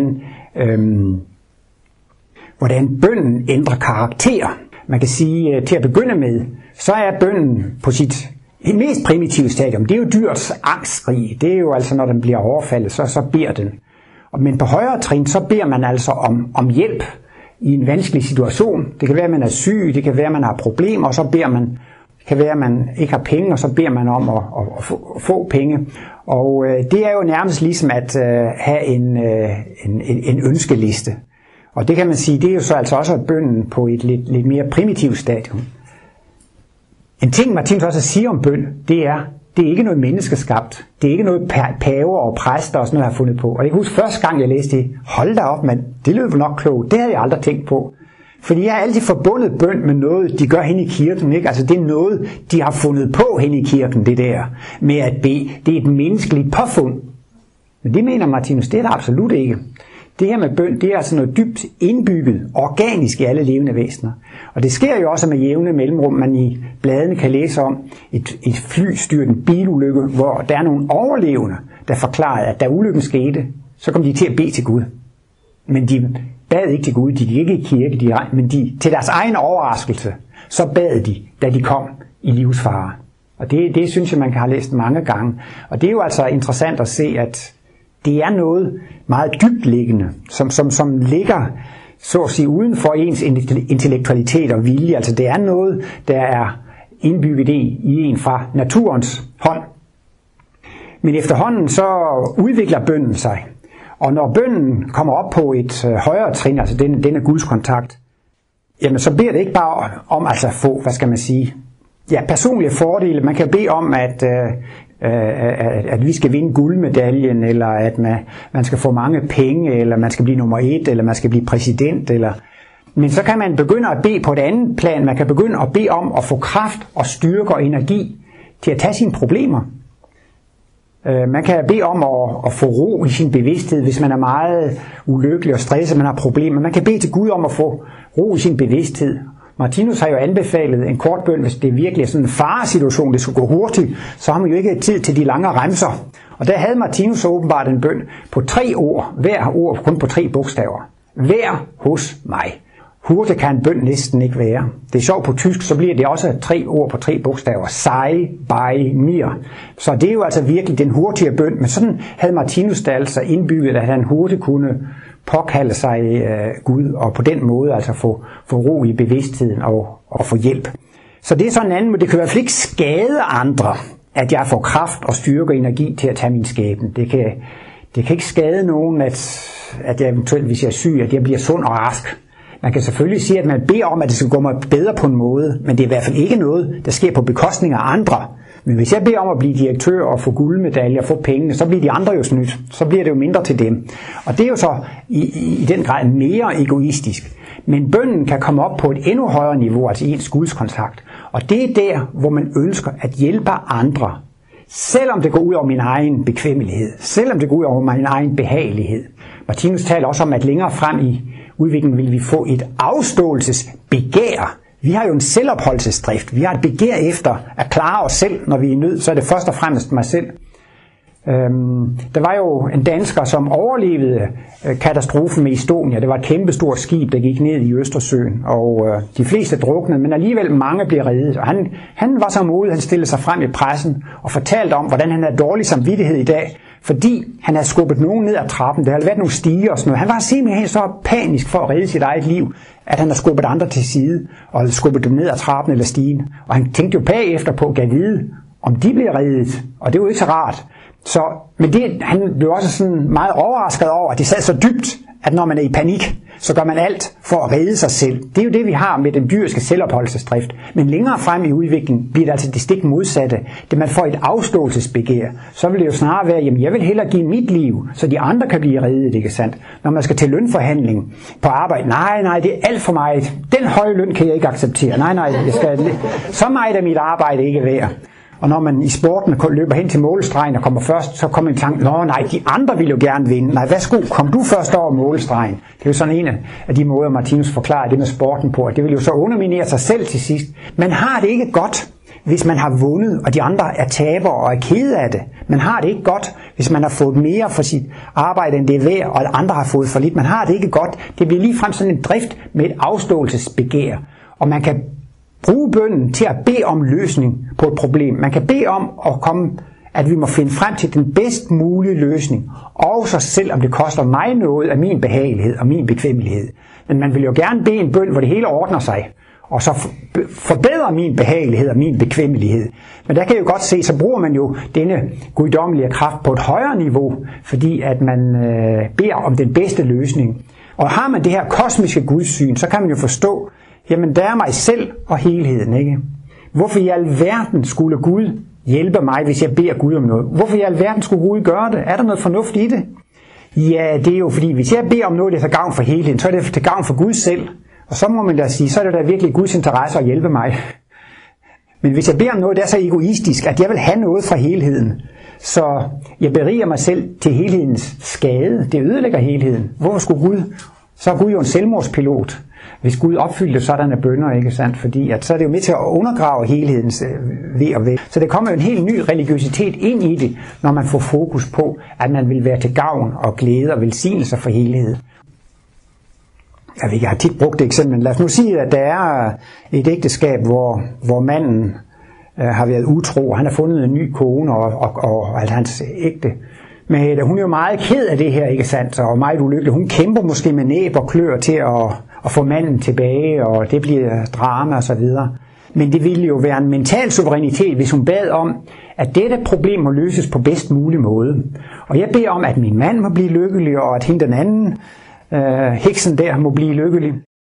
hvordan bønnen ændrer karakter. Man kan sige, til at begynde med, så er bønnen på sit mest primitive stadium, det er jo dyrets angstskrig. Det er jo altså, når den bliver overfaldet, så beder den. Men på højere trin, så beder man altså om hjælp i en vanskelig situation. Det kan være, at man er syg, det kan være, at man har problemer, og så beder man, det kan være, at man ikke har penge, og så beder man om at få penge. Og det er jo nærmest ligesom at have en ønskeliste. Og det kan man sige, det er jo så altså også bønnen på et lidt mere primitivt stadium. En ting, Martinus også siger om bøn, det er ikke noget menneskeskabt. Det er ikke noget paver og præster og sådan noget, har fundet på. Og jeg kan huske første gang, jeg læste det, hold da op, mand, det lød nok klogt. Det havde jeg aldrig tænkt på. Fordi jeg har altid forbundet bøn med noget, de gør hen i kirken. Ikke? Altså det er noget, de har fundet på hen i kirken, det der med at bede. Det er et menneskeligt påfund. Men det mener Martinus, det er der absolut ikke. Det her med bøn, det er altså noget dybt indbygget, organisk i alle levende væsener. Og det sker jo også med jævne mellemrum, man i bladene kan læse om et flystyrt, en bilulykke, hvor der er nogle overlevende, der forklarede, at da ulykken skete, så kom de til at bede til Gud. Men de bad ikke til Gud, de gik ikke i kirke, men til deres egen overraskelse, så bad de, da de kom i livsfare. Og det synes jeg, man kan have læst mange gange. Og det er jo altså interessant at se, at det er noget meget dybtliggende, som ligger, så at sige, uden for ens intellektualitet og vilje. Altså det er noget, der er indbygget i en fra naturens hånd. Men efterhånden så udvikler bønnen sig. Og når bønnen kommer op på et højere trin, altså den er Guds kontakt, jamen så beder det ikke bare om altså at få, hvad skal man sige, personlige fordele. Man kan bede om, at vi skal vinde guldmedaljen, eller at man skal få mange penge, eller man skal blive nummer 1, eller man skal blive præsident. Men så kan man begynde at bede på et andet plan. Man kan begynde at bede om at få kraft og styrke og energi til at tage sine problemer. Man kan bede om at få ro i sin bevidsthed, hvis man er meget ulykkelig og stresset, man har problemer. Man kan bede til Gud om at få ro i sin bevidsthed. Martinus har jo anbefalet en kort bøn, hvis det virkelig er sådan en faresituation, det skulle gå hurtigt, så har man jo ikke tid til de lange remser. Og der havde Martinus åbenbart en bøn på 3 ord, hver ord kun på 3 bogstaver. Vær hos mig. Hurtigt kan en bøn næsten ikke være. Det er sjovt på tysk, så bliver det også 3 ord på 3 bogstaver. Sei bei mir. Så det er jo altså virkelig den hurtige bøn, men sådan havde Martinus da altså indbygget, at han hurtigt kunne påkalde sig Gud, og på den måde altså få ro i bevidstheden og få hjælp. Så det er sådan en anden, men det kan i hvert fald ikke skade andre, at jeg får kraft og styrke og energi til at tage min skæbne. Det kan ikke skade nogen, at jeg eventuelt, hvis jeg er syg, at jeg bliver sund og rask. Man kan selvfølgelig sige, at man beder om, at det skal gå mig bedre på en måde, men det er i hvert fald ikke noget, der sker på bekostning af andre. Men hvis jeg beder om at blive direktør og få guldmedaljer og få pengene, så bliver de andre jo snydt. Så bliver det jo mindre til dem. Og det er jo så i den grad mere egoistisk. Men bønnen kan komme op på et endnu højere niveau, altså ens gudskontakt. Og det er der, hvor man ønsker at hjælpe andre. Selvom det går ud over min egen bekvemmelighed. Selvom det går ud over min egen behagelighed. Martinus taler også om, at længere frem i udviklingen vil vi få et afståelsesbegær. Vi har jo en selvopholdelsesdrift. Vi har et begær efter at klare os selv, når vi er i nød. Så er det først og fremmest mig selv. Der var jo en dansker, som overlevede katastrofen med Estonia. Det var et kæmpestort skib, der gik ned i Østersøen, og de fleste druknede, men alligevel mange blev reddet. Og han var så modig, han stillede sig frem i pressen og fortalte om, hvordan han havde dårlig samvittighed i dag, fordi han havde skubbet nogen ned ad trappen. Der havde været nogle stiger og sådan noget. Han var simpelthen så panisk for at redde sit eget liv, at han havde skubbet andre til side og skubbet dem ned ad trappen eller stigen. Og han tænkte jo bagefter på at vide, om de blev reddet. Og det var jo ikke så rart. Men han blev også sådan meget overrasket over, at det sad så dybt, at når man er i panik, så gør man alt for at redde sig selv. Det er jo det, vi har med den dyriske selvopholdelsesdrift. Men længere frem i udviklingen bliver det altså det stik modsatte. Det man får et afståelsesbegær, så vil det jo snarere være, jamen jeg vil hellere give mit liv, så de andre kan blive reddet, ikke sandt? Når man skal til lønforhandling på arbejde, nej, det er alt for meget. Den høje løn kan jeg ikke acceptere. Nej, så meget af mit arbejde ikke værd. Og når man i sporten løber hen til målstregen og kommer først, så kommer en tanke, de andre vil jo gerne vinde. Nej, værsgo, kom du først over målstregen. Det er jo sådan en af de måder, Martinus forklarer det med sporten på, at det vil jo så underminere sig selv til sidst. Man har det ikke godt, hvis man har vundet, og de andre er tabere og er kede af det. Man har det ikke godt, hvis man har fået mere for sit arbejde, end det er værd, og andre har fået for lidt. Man har det ikke godt. Det bliver ligefrem sådan en drift med et afståelsesbegær. Og man kan bruge bønnen til at bede om løsning på et problem. Man kan bede om at vi må finde frem til den bedst mulige løsning, også selvom det koster mig noget af min behagelighed og min bekvemmelighed. Men man vil jo gerne bede en bøn, hvor det hele ordner sig, og så forbedrer min behagelighed og min bekvemmelighed. Men der kan jeg jo godt se, så bruger man jo denne guddommelige kraft på et højere niveau, fordi at man beder om den bedste løsning. Og har man det her kosmiske gudssyn, så kan man jo forstå, jamen der er mig selv og helheden, ikke? Hvorfor i alverden skulle Gud hjælpe mig, hvis jeg beder Gud om noget? Hvorfor i alverden skulle Gud gøre det? Er der noget fornuft i det? Ja, det er jo fordi, hvis jeg beder om noget, der er til gavn for helheden, så er det til gavn for Gud selv. Og så må man da sige, så er det da virkelig Guds interesse at hjælpe mig. Men hvis jeg beder om noget, der er så egoistisk, at jeg vil have noget fra helheden, så jeg beriger mig selv til helhedens skade. Det ødelægger helheden. Hvorfor skulle Gud? Så er Gud jo en selvmordspilot. Hvis Gud opfyldte sådanne bønner, ikke sandt? Fordi at så er det jo med til at undergrave helhedens ved og ved. Så det kommer jo en helt ny religiøsitet ind i det, når man får fokus på, at man vil være til gavn og glæde og velsignelse for helhed. Jeg har tit brugt det eksempel, men lad os nu sige, at der er et ægteskab, hvor manden har været utro, og han har fundet en ny kone, og altså hans ægte. Men hun er jo meget ked af det her, ikke sandt, og meget ulykkelig. Hun kæmper måske med næb og klør til at få manden tilbage, og det bliver drama og så videre. Men det ville jo være en mental suverænitet, hvis hun bad om, at dette problem må løses på bedst mulig måde. Og jeg beder om, at min mand må blive lykkelig, og at hende den anden, heksen der, må blive lykkelig.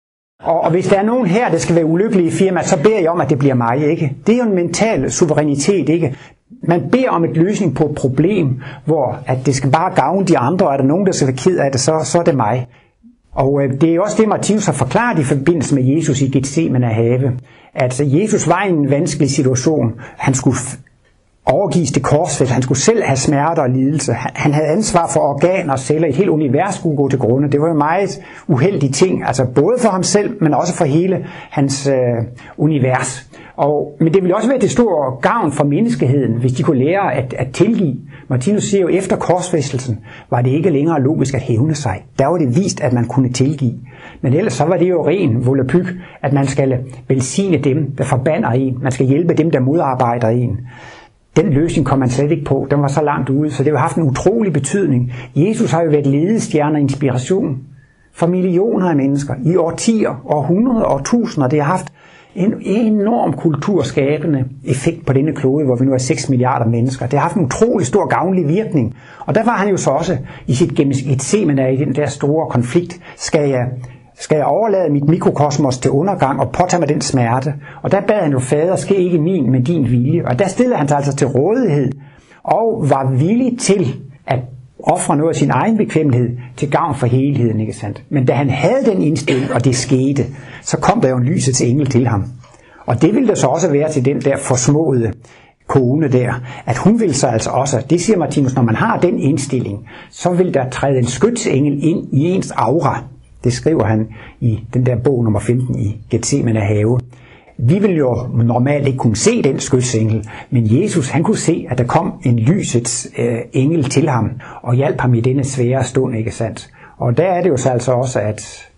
Og hvis der er nogen her, der skal være ulykkelige i firmaet, så beder jeg om, at det bliver mig, ikke? Det er jo en mental suverænitet, ikke? Man beder om et løsning på et problem, hvor at det skal bare gavne de andre, og er der nogen, der skal være ked af det, så er det mig. Og det er også det, Martinus har forklaret i forbindelse med Jesus i Getsemane have. At Jesus var i en vanskelig situation. Han skulle overgives til korsfæst. Han skulle selv have smerter og lidelse. Han havde ansvar for organer og celler. Et helt univers skulle gå til grunde. Det var jo meget uheldige ting, altså både for ham selv, men også for hele hans univers. Men det ville også være til stor gavn for menneskeheden, hvis de kunne lære at tilgive. Martinus siger jo, efter korsfæstelsen var det ikke længere logisk at hævne sig. Der var det vist, at man kunne tilgive. Men ellers så var det jo ren volapyk, at man skal velsigne dem, der forbander en. Man skal hjælpe dem, der modarbejder en. Den løsning kom man slet ikke på. Den var så langt ude, så det har haft en utrolig betydning. Jesus har jo været ledestjerne og inspiration for millioner af mennesker i årtier, århundreder og tusinder. Det har haft en enorm kulturskabende effekt på denne klode, hvor vi nu er 6 milliarder mennesker. Det har haft en utrolig stor gavnlig virkning. Og der var han jo så også i sit Getsemane i den der store konflikt. Skal jeg overlade mit mikrokosmos til undergang og påtage mig den smerte? Og der bad han jo, fader, ske ikke min, men din vilje. Og der stillede han sig altså til rådighed og var villig til at ofre noget af sin egen bekvemmelighed til gavn for helheden, ikke sandt? Men da han havde den indstilling, og det skete, så kom der jo en lysets engel til ham. Og det ville der så også være til den der forsmåede kone der, at hun vil så altså også, det siger Martinus, når man har den indstilling, så vil der træde en skytsengel ind i ens aura. Det skriver han i den der bog nummer 15 i Getsemane have. Vi vil jo normalt ikke kunne se den skytsengel, men Jesus han kunne se, at der kom en lysets engel til ham og hjalp ham i denne svære stund, ikke sandt? Og der er det jo så altså også, at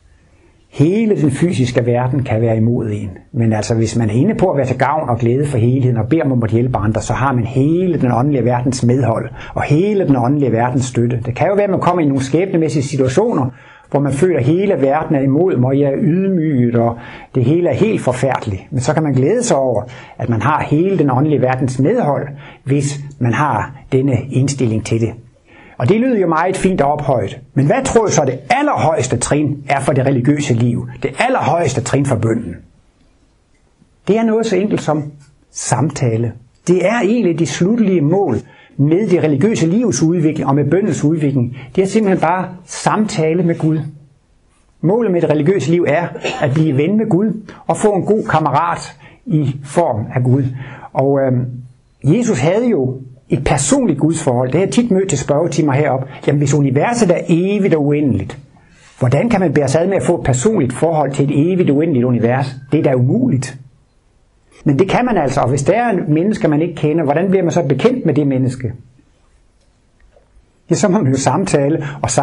hele den fysiske verden kan være imod en. Men altså hvis man er inde på at være til gavn og glæde for helheden og beder om at hjælpe andre, så har man hele den åndelige verdens medhold og hele den åndelige verdens støtte. Det kan jo være, at man kommer i nogle skæbnemæssige situationer, hvor man føler, at hele verden er imod mig, og jeg er ydmyget, og det hele er helt forfærdeligt. Men så kan man glæde sig over, at man har hele den åndelige verdens medhold, hvis man har denne indstilling til det. Og det lyder jo meget fint og ophøjet. Men hvad tror jeg så det allerhøjeste trin er for det religiøse liv? Det allerhøjeste trin for bønnen. Det er noget så enkelt som samtale. Det er egentlig det sluttelige mål med det religiøse livs udvikling og med bønnens udvikling. Det er simpelthen bare samtale med Gud. Målet med det religiøse liv er at blive ven med Gud og få en god kammerat i form af Gud. Og Jesus havde jo et personligt gudsforhold. Det har jeg tit mødt til spørgetimer heroppe. Jamen hvis universet er evigt og uendeligt, hvordan kan man bære sig ad med at få et personligt forhold til et evigt og uendeligt univers? Det er da umuligt. Men det kan man altså, og hvis der er mennesker, man ikke kender, hvordan bliver man så bekendt med det menneske? Ja, så må man jo samtale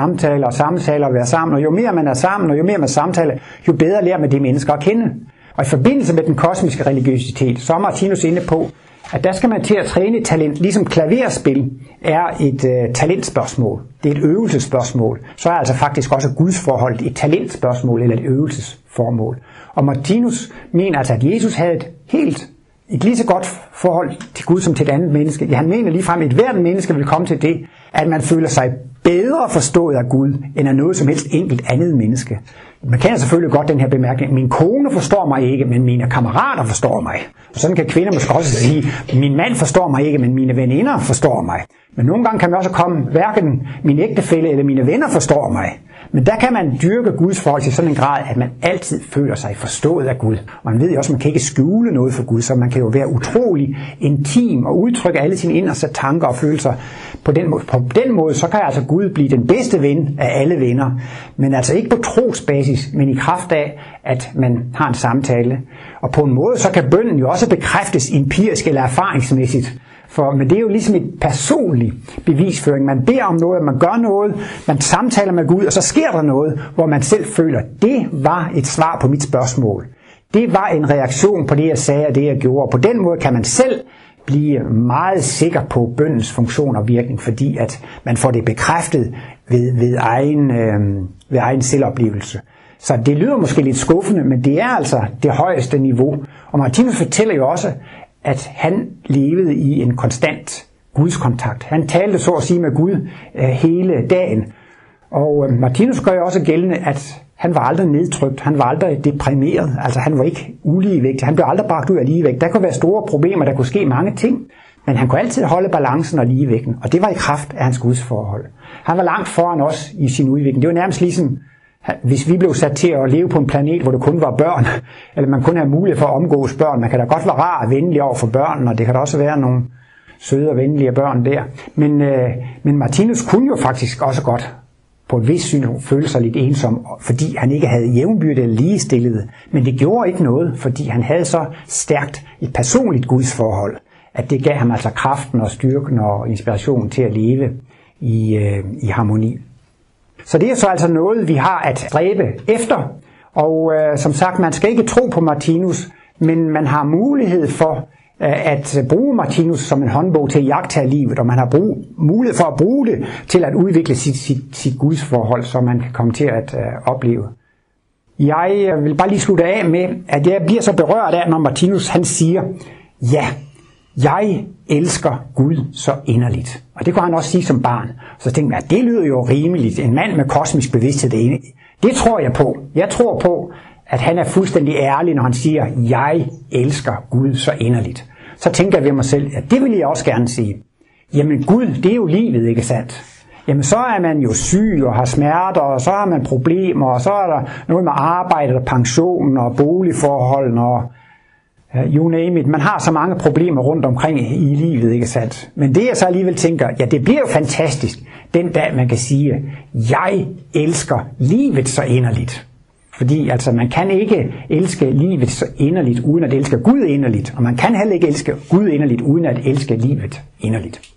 og være sammen, og jo mere man er sammen, og jo mere man samtaler, jo bedre lærer man de mennesker at kende. Og i forbindelse med den kosmiske religiøsitet, så er Martinus inde på, at der skal man til at træne et talent, ligesom klaverspil er et talentspørgsmål. Det er et øvelsesspørgsmål. Så er altså faktisk også gudsforholdet et talentspørgsmål eller et øvelsesformål. Og Martinus mener altså, at Jesus havde et lige så godt forhold til Gud som til et andet menneske. Ja, han mener ligefrem, at hvert menneske vil komme til det, at man føler sig bedre forstået af Gud, end af noget som helst enkelt andet menneske. Man kender selvfølgelig godt den her bemærkning. Min kone forstår mig ikke, men mine kammerater forstår mig. Og sådan kan kvinder måske også sige, min mand forstår mig ikke, men mine veninder forstår mig. Men nogle gange kan man også komme, hverken min ægtefælle eller mine venner forstår mig. Men der kan man dyrke Guds forhold til sådan en grad, at man altid føler sig forstået af Gud. Og man ved jo også, at man kan ikke skjule noget for Gud, så man kan jo være utrolig intim og udtrykke alle sine inderste tanker og følelser. På den måde, så kan altså Gud blive den bedste ven af alle venner. Men altså ikke på trosbasis, men i kraft af, at man har en samtale. Og på en måde, så kan bønnen jo også bekræftes empirisk eller erfaringsmæssigt. Men det er jo ligesom et personlig bevisføring. Man beder om noget, man gør noget, man samtaler med Gud, og så sker der noget, hvor man selv føler, det var et svar på mit spørgsmål. Det var en reaktion på det, jeg sagde og det, jeg gjorde. Og på den måde kan man selv blive meget sikker på bønnens funktion og virkning, fordi at man får det bekræftet ved egen selvoplevelse. Så det lyder måske lidt skuffende, men det er altså det højeste niveau. Og Martinus fortæller jo også, at han levede i en konstant gudskontakt. Han talte så at sige med Gud hele dagen. Og Martinus gør jo også gældende, at han var aldrig nedtrykt, han var aldrig deprimeret, altså han var ikke uligevægtig, han blev aldrig bragt ud af ligevægt. Der kunne være store problemer, der kunne ske mange ting, men han kunne altid holde balancen og ligevægten, og det var i kraft af hans gudsforhold. Han var langt foran os i sin udvikling. Det var nærmest ligesom, hvis vi blev sat til at leve på en planet, hvor det kun var børn, eller man kun havde mulighed for at omgås børn. Man kan da godt være rar og venlig over for børn, og det kan da også være nogle søde og venlige børn der. Men Martinus kunne jo faktisk også godt på et vist syn føle sig lidt ensom, fordi han ikke havde jævnbyrde eller ligestillet. Men det gjorde ikke noget, fordi han havde så stærkt et personligt gudsforhold, at det gav ham altså kraften og styrken og inspirationen til at leve i harmoni. Så det er så altså noget, vi har at stræbe efter. Og som sagt, man skal ikke tro på Martinus, men man har mulighed for at bruge Martinus som en håndbog til at iagttage livet, og man har mulighed for at bruge det til at udvikle sit gudsforhold, så man kan komme til at opleve. Jeg vil bare lige slutte af med, at jeg bliver så berørt af, når Martinus han siger, ja, jeg elsker Gud så inderligt. Og det kunne han også sige som barn. Så tænkte jeg, at det lyder jo rimeligt. En mand med kosmisk bevidsthed, det tror jeg på. Jeg tror på, at han er fuldstændig ærlig, når han siger, jeg elsker Gud så inderligt. Så tænker jeg ved mig selv, at det vil jeg også gerne sige. Jamen Gud, det er jo livet, ikke sandt? Jamen så er man jo syg og har smerter, og så har man problemer, og så er der noget med arbejde og pension og boligforhold og you name it. Man har så mange problemer rundt omkring i livet, ikke sandt? Men det jeg så alligevel tænker, ja det bliver jo fantastisk, den dag man kan sige, jeg elsker livet så inderligt. Fordi altså man kan ikke elske livet så inderligt, uden at elske Gud inderligt, og man kan heller ikke elske Gud inderligt, uden at elske livet inderligt.